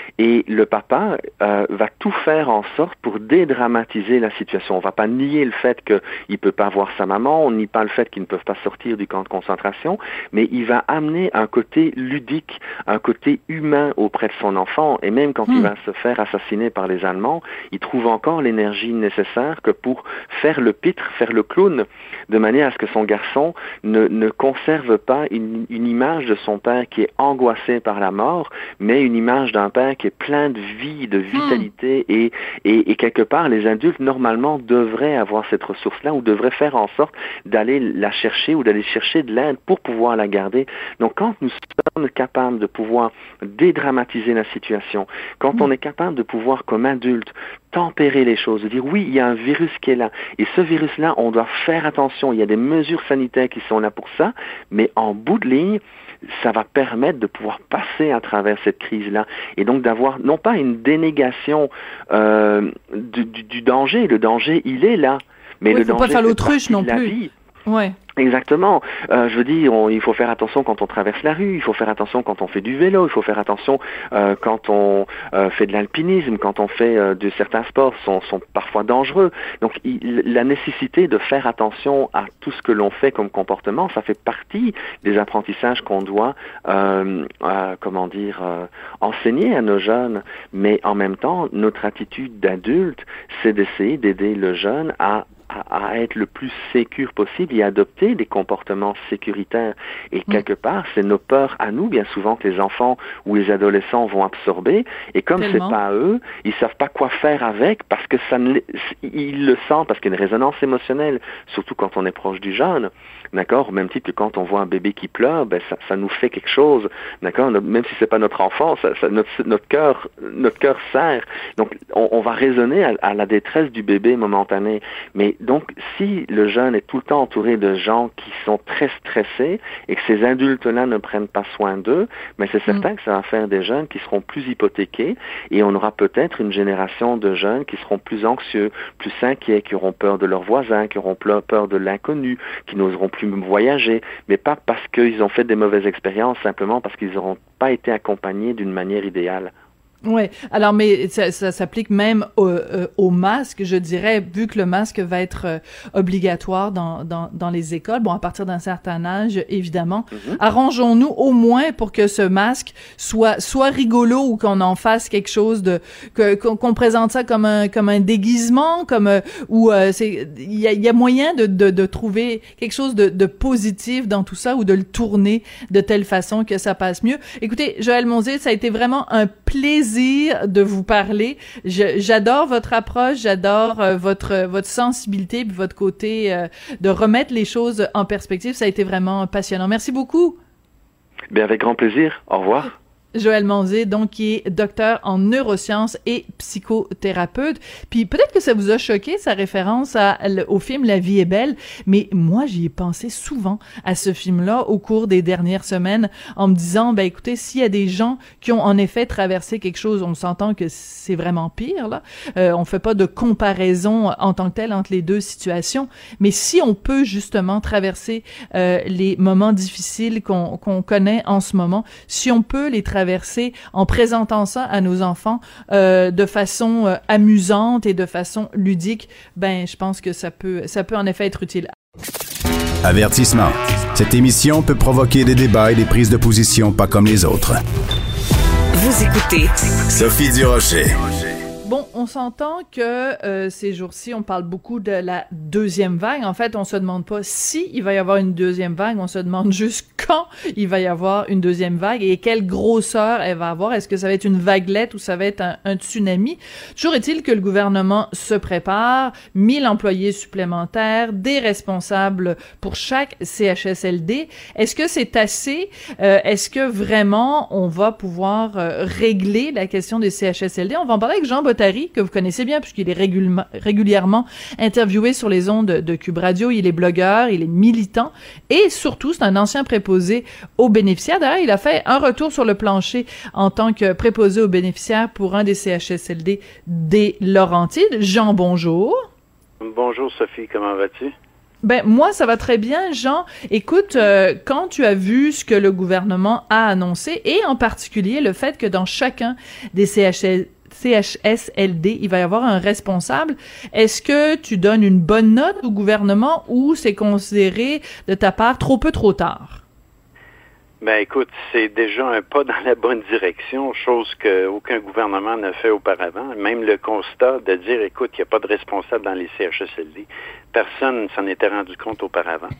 Speaker 2: Et le papa euh, va tout faire en sorte pour dédramatiser la situation. On va pas nier le fait qu'il peut pas voir sa maman, on nie pas le fait qu'ils ne peuvent pas sortir du camp de concentration, mais il va amener un côté ludique, un côté humain auprès de son enfant. Et même quand mmh. il va se faire assassiner par les Allemands, il trouve encore l'énergie nécessaire que pour faire le pitre, faire le clown, de manière à ce que son garçon ne, ne conserve pas une, une image de son père qui est angoissé par la mort, mais une image d'un père qui est plein de vie, de vitalité, mmh. et, et, et quelque part, les adultes, normalement, devraient avoir cette ressource-là ou devraient faire en sorte d'aller la chercher ou d'aller chercher de l'aide pour pouvoir la garder. Donc, quand nous sommes capables de pouvoir dédramatiser la situation, quand mmh. on est capable de pouvoir, comme adulte, tempérer les choses, de dire oui, il y a un virus qui est là, et ce virus-là, on doit faire attention, il y a des mesures sanitaires qui sont là pour ça, mais en bout de ligne, ça va permettre de pouvoir passer à travers cette crise-là, et donc d'avoir non pas une dénégation euh, du, du, du danger, le danger, il est là, mais
Speaker 7: oui,
Speaker 2: le
Speaker 7: faut
Speaker 2: danger,
Speaker 7: pas faire l'autruche non
Speaker 2: de la
Speaker 7: plus.
Speaker 2: vie.
Speaker 7: Ouais.
Speaker 2: Exactement. Euh, je veux dire, on, il faut faire attention quand on traverse la rue, il faut faire attention quand on fait du vélo, il faut faire attention euh, quand on euh, fait de l'alpinisme, quand on fait euh, de certains sports sont, sont parfois dangereux. Donc, il, la nécessité de faire attention à tout ce que l'on fait comme comportement, ça fait partie des apprentissages qu'on doit, euh, euh, comment dire, euh, enseigner à nos jeunes. Mais en même temps, notre attitude d'adulte, c'est d'essayer d'aider le jeune à à être le plus sécure possible et adopter des comportements sécuritaires. Et quelque part, c'est nos peurs à nous, bien souvent, que les enfants ou les adolescents vont absorber. Et comme Tellement. c'est pas eux, ils savent pas quoi faire avec parce que ça ne, ils le sentent parce qu'il y a une résonance émotionnelle, surtout quand on est proche du jeune. D'accord? Au même titre que quand on voit un bébé qui pleure, ben ça, ça nous fait quelque chose. D'accord? Même si c'est pas notre enfant, ça, ça, notre, notre cœur, notre cœur serre. Donc, on, on va raisonner à, à la détresse du bébé momentanée. Mais donc, si le jeune est tout le temps entouré de gens qui sont très stressés et que ces adultes-là ne prennent pas soin d'eux, mais c'est certain mmh. que ça va faire des jeunes qui seront plus hypothéqués et on aura peut-être une génération de jeunes qui seront plus anxieux, plus inquiets, qui auront peur de leurs voisins, qui auront peur de l'inconnu, qui n'oseront plus voyager, mais pas parce qu'ils ont fait des mauvaises expériences, simplement parce qu'ils n'auront pas été accompagnés d'une manière idéale.
Speaker 7: Ouais. Alors, mais ça, ça s'applique même au, euh, au masque, je dirais, vu que le masque va être euh, obligatoire dans, dans dans les écoles. Bon, à partir d'un certain âge, évidemment. Mm-hmm. Arrangeons-nous au moins pour que ce masque soit soit rigolo ou qu'on en fasse quelque chose de que qu'on, qu'on présente ça comme un comme un déguisement, comme euh, ou euh, c'est il y a il y a moyen de de de trouver quelque chose de de positif dans tout ça ou de le tourner de telle façon que ça passe mieux. Écoutez, Joëlle Monzil, ça a été vraiment un plaisir de vous parler. Je, j'adore votre approche, j'adore euh, votre votre sensibilité puis votre côté euh, de remettre les choses en perspective. Ça a été vraiment passionnant. Merci beaucoup.
Speaker 2: Bien, avec grand plaisir. Au revoir.
Speaker 7: Joëlle Monzil, donc, qui est docteur en neurosciences et psychothérapeute. Puis peut-être que ça vous a choqué, sa référence à, au film La vie est belle, mais moi, j'y ai pensé souvent à ce film-là au cours des dernières semaines en me disant, ben écoutez, s'il y a des gens qui ont en effet traversé quelque chose, on s'entend que c'est vraiment pire, là. Euh, on fait pas de comparaison en tant que telle entre les deux situations, mais si on peut justement traverser euh, les moments difficiles qu'on, qu'on connaît en ce moment, si on peut les traverser traverser en présentant ça à nos enfants euh, de façon euh, amusante et de façon ludique, ben je pense que ça peut ça peut en effet être utile.
Speaker 6: Avertissement. Cette émission peut provoquer des débats et des prises de position pas comme les autres.
Speaker 1: Vous écoutez
Speaker 6: Sophie Durocher.
Speaker 7: Bon, on s'entend que euh, ces jours-ci, on parle beaucoup de la deuxième vague. En fait, on se demande pas si il va y avoir une deuxième vague, on se demande juste quand il va y avoir une deuxième vague et quelle grosseur elle va avoir. Est-ce que ça va être une vaguelette ou ça va être un, un tsunami? Toujours est-il que le gouvernement se prépare, mille employés supplémentaires, des responsables pour chaque C H S L D. Est-ce que c'est assez? Euh, est-ce que vraiment on va pouvoir euh, régler la question des C H S L D? On va en parler avec Jean Bottary, que vous connaissez bien puisqu'il est régul- régulièrement interviewé sur les ondes de, de Cube Radio. Il est blogueur, il est militant et surtout, c'est un ancien préposé aux bénéficiaires. D'ailleurs, il a fait un retour sur le plancher en tant que préposé aux bénéficiaires pour un des C H S L D des Laurentides. Jean, bonjour.
Speaker 3: Bonjour Sophie, comment vas-tu?
Speaker 7: Ben moi ça va très bien, Jean. Écoute, euh, quand tu as vu ce que le gouvernement a annoncé et en particulier le fait que dans chacun des C H S L D, il va y avoir un responsable, est-ce que tu donnes une bonne note au gouvernement ou c'est considéré de ta part trop peu trop tard?
Speaker 3: Ben écoute, c'est déjà un pas dans la bonne direction, chose qu'aucun gouvernement n'a fait auparavant. Même le constat de dire, écoute, il n'y a pas de responsable dans les C H S L D. Personne ne s'en était rendu compte auparavant.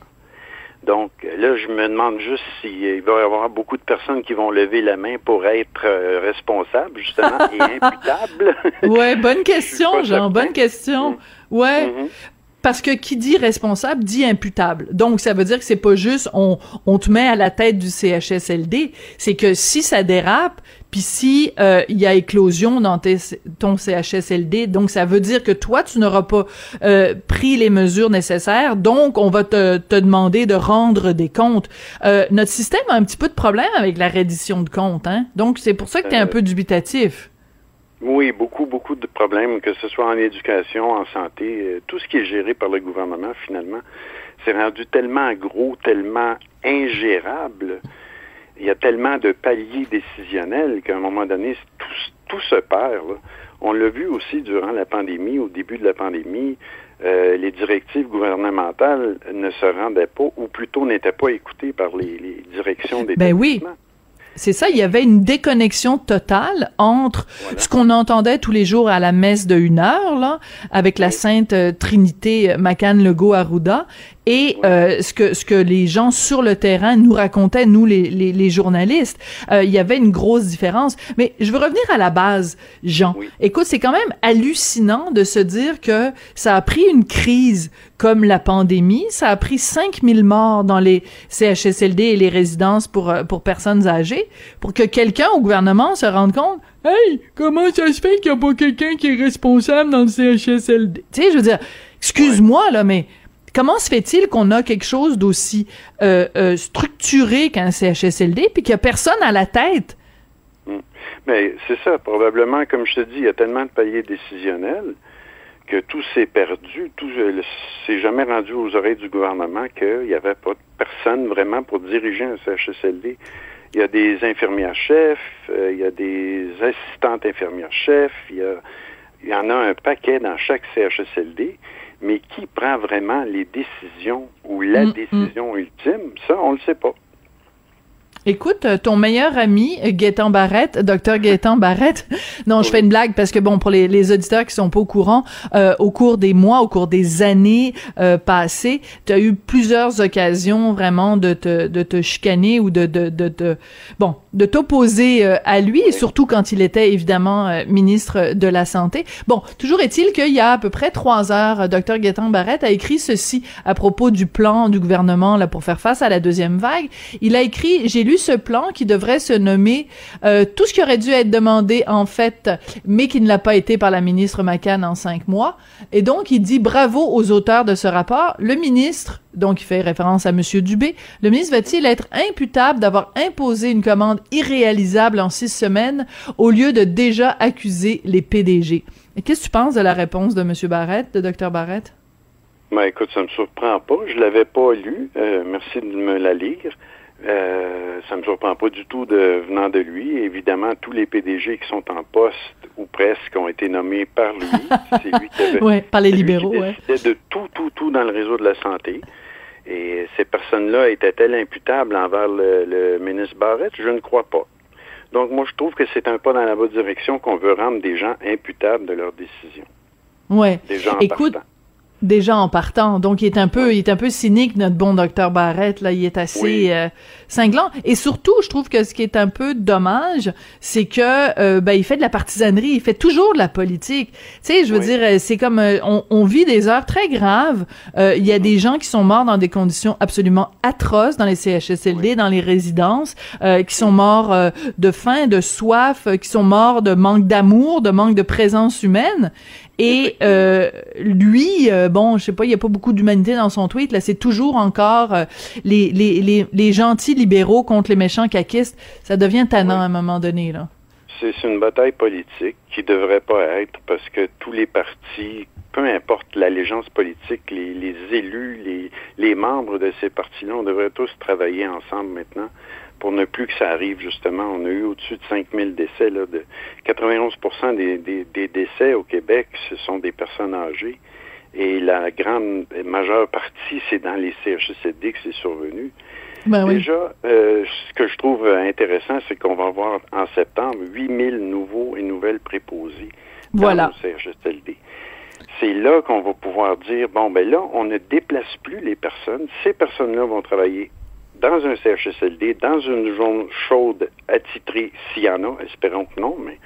Speaker 3: Donc là, je me demande juste s'il va y avoir beaucoup de personnes qui vont lever la main pour être euh, responsables, justement, et imputables.
Speaker 7: Ouais, bonne question, Jean, bonne question. Mmh. Ouais. Mmh. Parce que qui dit responsable dit imputable. Donc, ça veut dire que c'est pas juste on, on te met à la tête du C H S L D, c'est que si ça dérape, puis si euh, il y a éclosion dans tes, ton C H S L D, donc ça veut dire que toi, tu n'auras pas euh, pris les mesures nécessaires, donc on va te, te demander de rendre des comptes. Euh, notre système a un petit peu de problème avec la reddition de comptes, hein? Donc, c'est pour ça que tu es un peu dubitatif.
Speaker 3: Oui, beaucoup, beaucoup de problèmes, que ce soit en éducation, en santé, euh, tout ce qui est géré par le gouvernement, finalement, c'est rendu tellement gros, tellement ingérable. Il y a tellement de paliers décisionnels qu'à un moment donné, tout, tout se perd. Là. On l'a vu aussi durant la pandémie, au début de la pandémie, euh, les directives gouvernementales ne se rendaient pas, ou plutôt n'étaient pas écoutées par les, les directions des
Speaker 7: ben oui. C'est ça, il y avait une déconnexion totale entre voilà. ce qu'on entendait tous les jours à la messe de une heure, là, avec la Sainte Trinité McCann-Legault-Arruda, et euh, ce que ce que les gens sur le terrain nous racontaient, nous les les, les journalistes. Euh, il y avait une grosse différence. Mais je veux revenir à la base, Jean. Oui. Écoute, c'est quand même hallucinant de se dire que ça a pris une crise comme la pandémie, ça a pris cinq mille morts dans les C H S L D et les résidences pour pour personnes âgées, pour que quelqu'un au gouvernement se rende compte, hey, comment ça se fait qu'il n'y a pas quelqu'un qui est responsable dans le C H S L D? Tu sais, je veux dire, excuse-moi, ouais. là, mais comment se fait-il qu'on a quelque chose d'aussi euh, euh, structuré qu'un C H S L D puis qu'il n'y a personne à la tête?
Speaker 3: Mais c'est ça, probablement, comme je te dis, il y a tellement de paliers décisionnels que tout s'est perdu, tout s'est jamais rendu aux oreilles du gouvernement qu'il n'y avait pas de personne vraiment pour diriger un C H S L D. Il y a des infirmières-chefs, euh, il y a des assistantes infirmières-chefs, il y, a, il y en a un paquet dans chaque C H S L D, mais qui prend vraiment les décisions ou la mmh, décision mmh. ultime, ça, on le sait pas.
Speaker 7: Écoute, ton meilleur ami, Gaétan Barrette, docteur Gaétan Barrette, non, je fais une blague parce que bon, pour les, les auditeurs qui sont pas au courant, euh, au cours des mois, au cours des années euh, passées, tu as eu plusieurs occasions vraiment de te, de te chicaner ou de, de, de, de bon, de t'opposer euh, à lui, et surtout quand il était évidemment euh, ministre de la Santé. Bon, toujours est-il qu'il y a à peu près trois heures, docteur Gaétan Barrette a écrit ceci à propos du plan du gouvernement là pour faire face à la deuxième vague. Il a écrit, j'ai lu ce plan qui devrait se nommer euh, tout ce qui aurait dû être demandé en fait, mais qui ne l'a pas été par la ministre McCann en cinq mois. Et donc, il dit bravo aux auteurs de ce rapport. Le ministre, donc il fait référence à Monsieur Dubé, le ministre va-t-il être imputable d'avoir imposé une commande irréalisable en six semaines au lieu de déjà accuser les P D G? Et qu'est-ce que tu penses de la réponse de Monsieur Barrette, de docteur Barrette?
Speaker 3: Ben écoute, ça me surprend pas. Je l'avais pas lu. Euh, merci de me la lire. Euh, ça me surprend pas du tout de venant de lui. Évidemment, tous les P D G qui sont en poste ou presque ont été nommés par lui. C'est lui qui avait
Speaker 7: ouais, par les libéraux,
Speaker 3: qui décidait
Speaker 7: ouais.
Speaker 3: de tout, tout, tout dans le réseau de la santé. Et ces personnes-là étaient-elles imputables envers le, le ministre Barrette? Je ne crois pas. Donc, moi, je trouve que c'est un pas dans la bonne direction qu'on veut rendre des gens imputables de leurs décisions.
Speaker 7: Ouais.
Speaker 3: Des gens
Speaker 7: Écoute,
Speaker 3: partant.
Speaker 7: Déjà en partant. Donc, il est un peu, il est un peu cynique, notre bon docteur Barrette, là. Il est assez
Speaker 3: oui.
Speaker 7: euh, cinglant. Et surtout, je trouve que ce qui est un peu dommage, c'est que, euh, ben, il fait de la partisanerie. Il fait toujours de la politique. Tu sais, je veux oui. dire, c'est comme, euh, on, on vit des heures très graves. Euh, il y a des gens qui sont morts dans des conditions absolument atroces dans les C H S L D, oui. dans les résidences, euh, qui sont morts euh, de faim, de soif, euh, qui sont morts de manque d'amour, de manque de présence humaine. Et euh, lui, euh, bon, je sais pas, il y a pas beaucoup d'humanité dans son tweet. Là, c'est toujours encore euh, les, les les les gentils libéraux contre les méchants caquistes. Ça devient tannant oui. à un moment donné, là.
Speaker 3: c'est, c'est une bataille politique qui devrait pas être parce que tous les partis, peu importe l'allégeance politique, les, les élus, les, les membres de ces partis-là, on devrait tous travailler ensemble maintenant pour ne plus que ça arrive, justement. On a eu au-dessus de cinq mille décès, là, de quatre-vingt-onze pour cent des, des, des décès au Québec, ce sont des personnes âgées. Et la grande majeure partie, c'est dans les C H S L D que c'est survenu.
Speaker 7: Ben oui.
Speaker 3: Déjà, euh, ce que je trouve intéressant, c'est qu'on va avoir en septembre huit mille nouveaux et nouvelles préposés dans
Speaker 7: voilà.
Speaker 3: nos C H S L D. C'est là qu'on va pouvoir dire, bon, ben là, on ne déplace plus les personnes. Ces personnes-là vont travailler dans un C H S L D, dans une zone chaude attitrée, s'il y en a, espérons que non, mais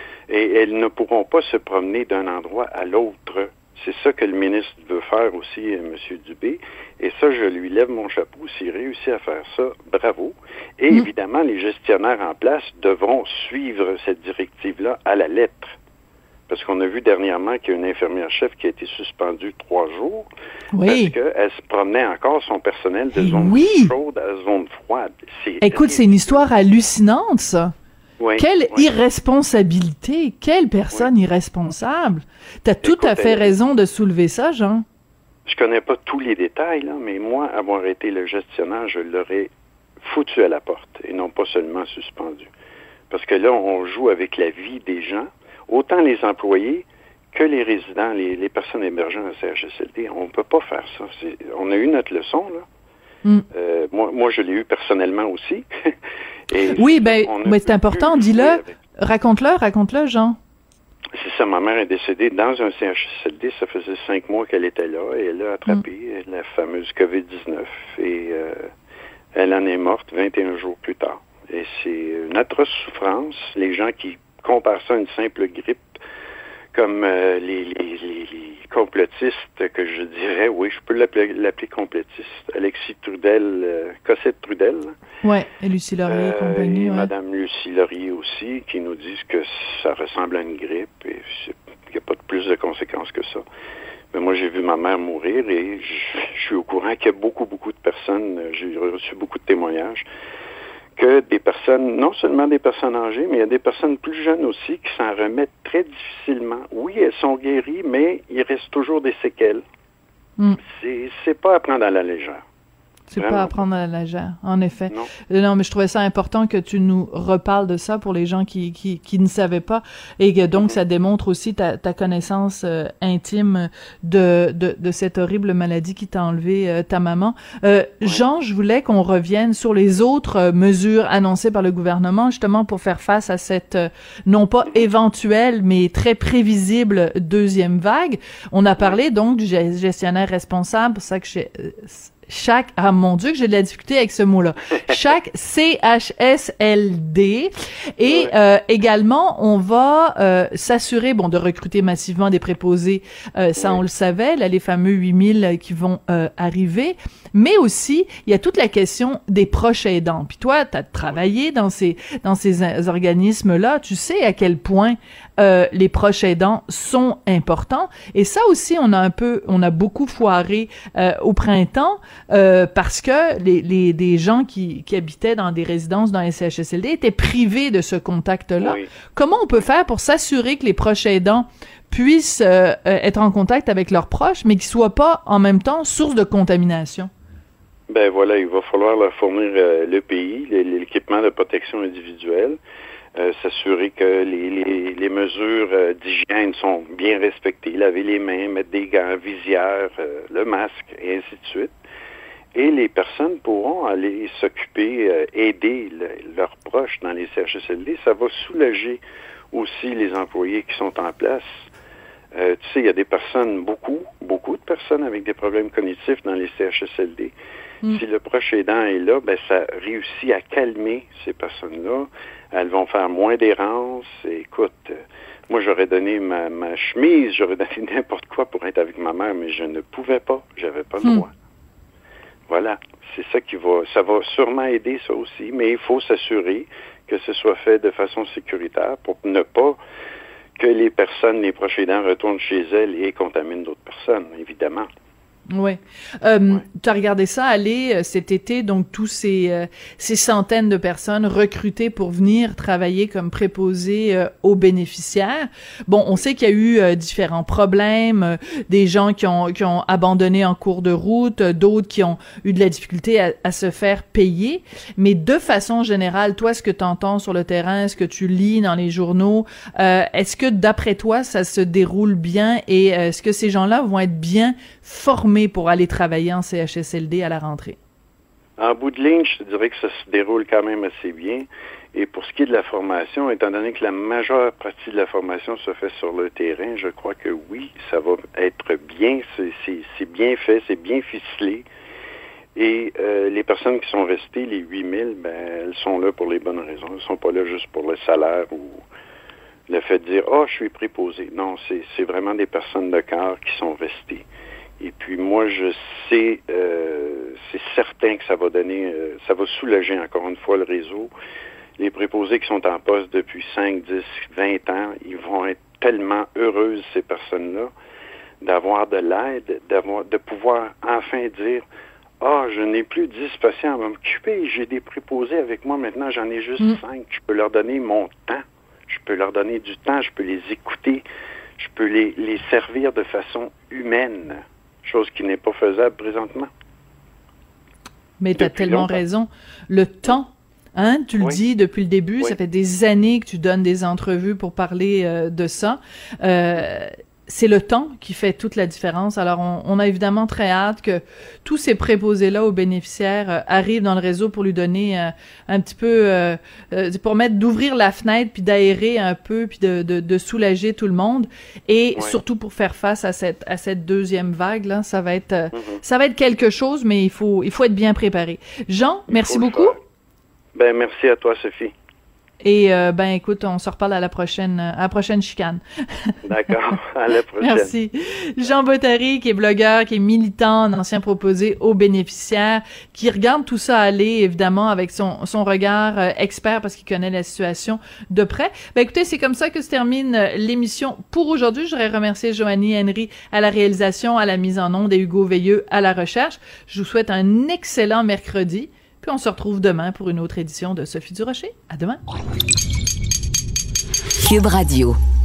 Speaker 3: et elles ne pourront pas se promener d'un endroit à l'autre. C'est ça que le ministre veut faire aussi, M. Dubé, et ça, je lui lève mon chapeau. S'il réussit à faire ça, bravo. Et mmh. évidemment, les gestionnaires en place devront suivre cette directive-là à la lettre. Parce qu'on a vu dernièrement qu'il y a une infirmière-chef qui a été suspendue trois jours
Speaker 7: oui.
Speaker 3: parce qu'elle se promenait encore son personnel de zone
Speaker 7: oui.
Speaker 3: chaude à zone froide.
Speaker 7: C'est Écoute, c'est une histoire hallucinante, ça.
Speaker 3: Oui,
Speaker 7: Quelle
Speaker 3: oui.
Speaker 7: irresponsabilité! Quelle personne oui. irresponsable! T'as tout Écoute, à fait elle... raison de soulever ça, Jean.
Speaker 3: Je connais pas tous les détails, là, mais moi, avoir été le gestionnaire, je l'aurais foutu à la porte et non pas seulement suspendu. Parce que là, on joue avec la vie des gens. Autant les employés que les résidents, les, les personnes hébergeant à C H S L D, on ne peut pas faire ça. C'est, on a eu notre leçon, là. Mm. Euh, moi, moi, je l'ai eu personnellement aussi. Et
Speaker 7: oui, ben, mais c'est important, dis-le. Avec... Raconte-le, raconte-le, Jean.
Speaker 3: C'est ça, ma mère est décédée dans un C H S L D. Ça faisait cinq mois qu'elle était là et elle a attrapé mm. la fameuse covid dix-neuf. Et euh, elle en est morte vingt et un jours plus tard. Et c'est une atroce souffrance. Les gens qui compare ça à une simple grippe, comme euh, les, les, les, les complotistes, que je dirais, oui, je peux l'appeler, l'appeler complotiste. Alexis Trudel, euh, Cossette Trudel.
Speaker 7: Oui, et Lucie Laurier euh, et compagnie.
Speaker 3: Et
Speaker 7: ouais.
Speaker 3: Madame Lucie Laurier aussi, qui nous disent que ça ressemble à une grippe et qu'il n'y a pas de plus de conséquences que ça. Mais moi, j'ai vu ma mère mourir et je, je suis au courant qu'il y a beaucoup, beaucoup de personnes, j'ai reçu beaucoup de témoignages, que des personnes, non seulement des personnes âgées, mais il y a des personnes plus jeunes aussi qui s'en remettent très difficilement. Oui, elles sont guéries, mais il reste toujours des séquelles. Mm. C'est, c'est pas à prendre à la légère.
Speaker 7: C'est Vraiment. Pas à prendre à la légère, en effet.
Speaker 3: Non.
Speaker 7: non, mais je trouvais ça important que tu nous reparles de ça pour les gens qui qui, qui ne savaient pas, et que donc mm-hmm. ça démontre aussi ta, ta connaissance euh, intime de, de de cette horrible maladie qui t'a enlevé euh, ta maman. Euh, ouais. Jean, je voulais qu'on revienne sur les autres euh, mesures annoncées par le gouvernement, justement pour faire face à cette euh, non pas éventuelle, mais très prévisible deuxième vague. On a parlé donc du gestionnaire responsable, pour ça que j'ai euh, chaque, ah mon Dieu, que j'ai de la difficulté avec ce mot-là, chaque C H S L D, et ouais. euh, également, on va euh, s'assurer, bon, de recruter massivement des préposés, euh, ça ouais. on le savait, là, les fameux huit mille qui vont euh, arriver, mais aussi, il y a toute la question des proches aidants. Puis toi, tu as travaillé dans ces, dans ces organismes-là, tu sais à quel point Euh, les proches aidants sont importants, et ça aussi on a un peu, on a beaucoup foiré euh, au printemps euh, parce que les, les des gens qui, qui habitaient dans des résidences dans les C H S L D étaient privés de ce contact-là. Oui. Comment on peut faire pour s'assurer que les proches aidants puissent euh, être en contact avec leurs proches, mais qu'ils soient pas en même temps source de contamination?
Speaker 3: Ben voilà, il va falloir leur fournir euh, le P I, l'équipement de protection individuelle. Euh, s'assurer que les, les, les mesures euh, d'hygiène sont bien respectées, laver les mains, mettre des gants, visière, euh, le masque, et ainsi de suite. Et les personnes pourront aller s'occuper, euh, aider le, leurs proches dans les C H S L D. Ça va soulager aussi les employés qui sont en place. Euh, tu sais, il y a des personnes, beaucoup, beaucoup de personnes avec des problèmes cognitifs dans les C H S L D. Mm. Si le proche aidant est là, ben ça réussit à calmer ces personnes-là. Elles vont faire moins d'errance. Écoute, euh, moi, j'aurais donné ma, ma chemise, j'aurais donné n'importe quoi pour être avec ma mère, mais je ne pouvais pas. J'avais pas le droit. Hmm. Voilà. C'est ça qui va, ça va sûrement aider, ça aussi, mais il faut s'assurer que ce soit fait de façon sécuritaire pour ne pas que les personnes, les proches aidants retournent chez elles et contaminent d'autres personnes, évidemment.
Speaker 7: Oui. Euh, ouais. Tu as regardé ça aller euh, cet été, donc tous ces, euh, ces centaines de personnes recrutées pour venir travailler comme préposés euh, aux bénéficiaires. Bon, on sait qu'il y a eu euh, différents problèmes, euh, des gens qui ont, qui ont abandonné en cours de route, euh, d'autres qui ont eu de la difficulté à, à se faire payer. Mais de façon générale, toi, ce que tu entends sur le terrain, ce que tu lis dans les journaux, euh, est-ce que d'après toi, ça se déroule bien et euh, est-ce que ces gens-là vont être bien formés pour aller travailler en C H S L D à la rentrée?
Speaker 3: En bout de ligne, je te dirais que ça se déroule quand même assez bien. Et pour ce qui est de la formation, étant donné que la majeure partie de la formation se fait sur le terrain, je crois que oui, ça va être bien, c'est, c'est, c'est bien fait, c'est bien ficelé. Et euh, les personnes qui sont restées, les huit mille, ben, elles sont là pour les bonnes raisons. Elles ne sont pas là juste pour le salaire ou le fait de dire « Ah, oh, je suis préposé ». Non, c'est, c'est vraiment des personnes de cœur qui sont restées. Et puis moi, je sais, euh, c'est certain que ça va donner, euh, ça va soulager encore une fois le réseau. Les préposés qui sont en poste depuis cinq, dix, vingt ans, ils vont être tellement heureuses, ces personnes-là, d'avoir de l'aide, d'avoir, de pouvoir enfin dire « Ah, je n'ai plus dix patients à m'occuper, j'ai des préposés avec moi maintenant, j'en ai juste mmh. cinq. Je peux leur donner mon temps, je peux leur donner du temps, je peux les écouter, je peux les, les servir de façon humaine. » Chose qui n'est pas faisable présentement.
Speaker 7: Mais tu as tellement longtemps. raison. Le temps, hein, tu le oui. dis depuis le début, oui. ça fait des années que tu donnes des entrevues pour parler euh, de ça. Euh, c'est le temps qui fait toute la différence. Alors, on, on a évidemment très hâte que tous ces préposés-là aux bénéficiaires euh, arrivent dans le réseau pour lui donner euh, un petit peu, euh, euh, pour mettre, d'ouvrir la fenêtre, puis d'aérer un peu, puis de, de, de soulager tout le monde. Et ouais. surtout pour faire face à cette, à cette deuxième vague, là, ça va être, euh, mm-hmm. ça va être quelque chose, mais il faut, il faut être bien préparé. Jean, il merci beaucoup.
Speaker 3: Ben, merci à toi, Sophie.
Speaker 7: Et euh, ben écoute, on se reparle à la prochaine à la prochaine chicane.
Speaker 3: D'accord, à la prochaine.
Speaker 7: Merci. Jean Bottary, qui est blogueur, qui est militant, un ancien proposé aux bénéficiaires, qui regarde tout ça aller, évidemment, avec son son regard euh, expert, parce qu'il connaît la situation de près. Ben écoutez, c'est comme ça que se termine l'émission pour aujourd'hui. Je voudrais remercier Joanie Henry à la réalisation, à la mise en onde et Hugo Veilleux à la recherche. Je vous souhaite un excellent mercredi. Puis on se retrouve demain pour une autre édition de Sophie Durocher. À demain.
Speaker 1: Cube Radio.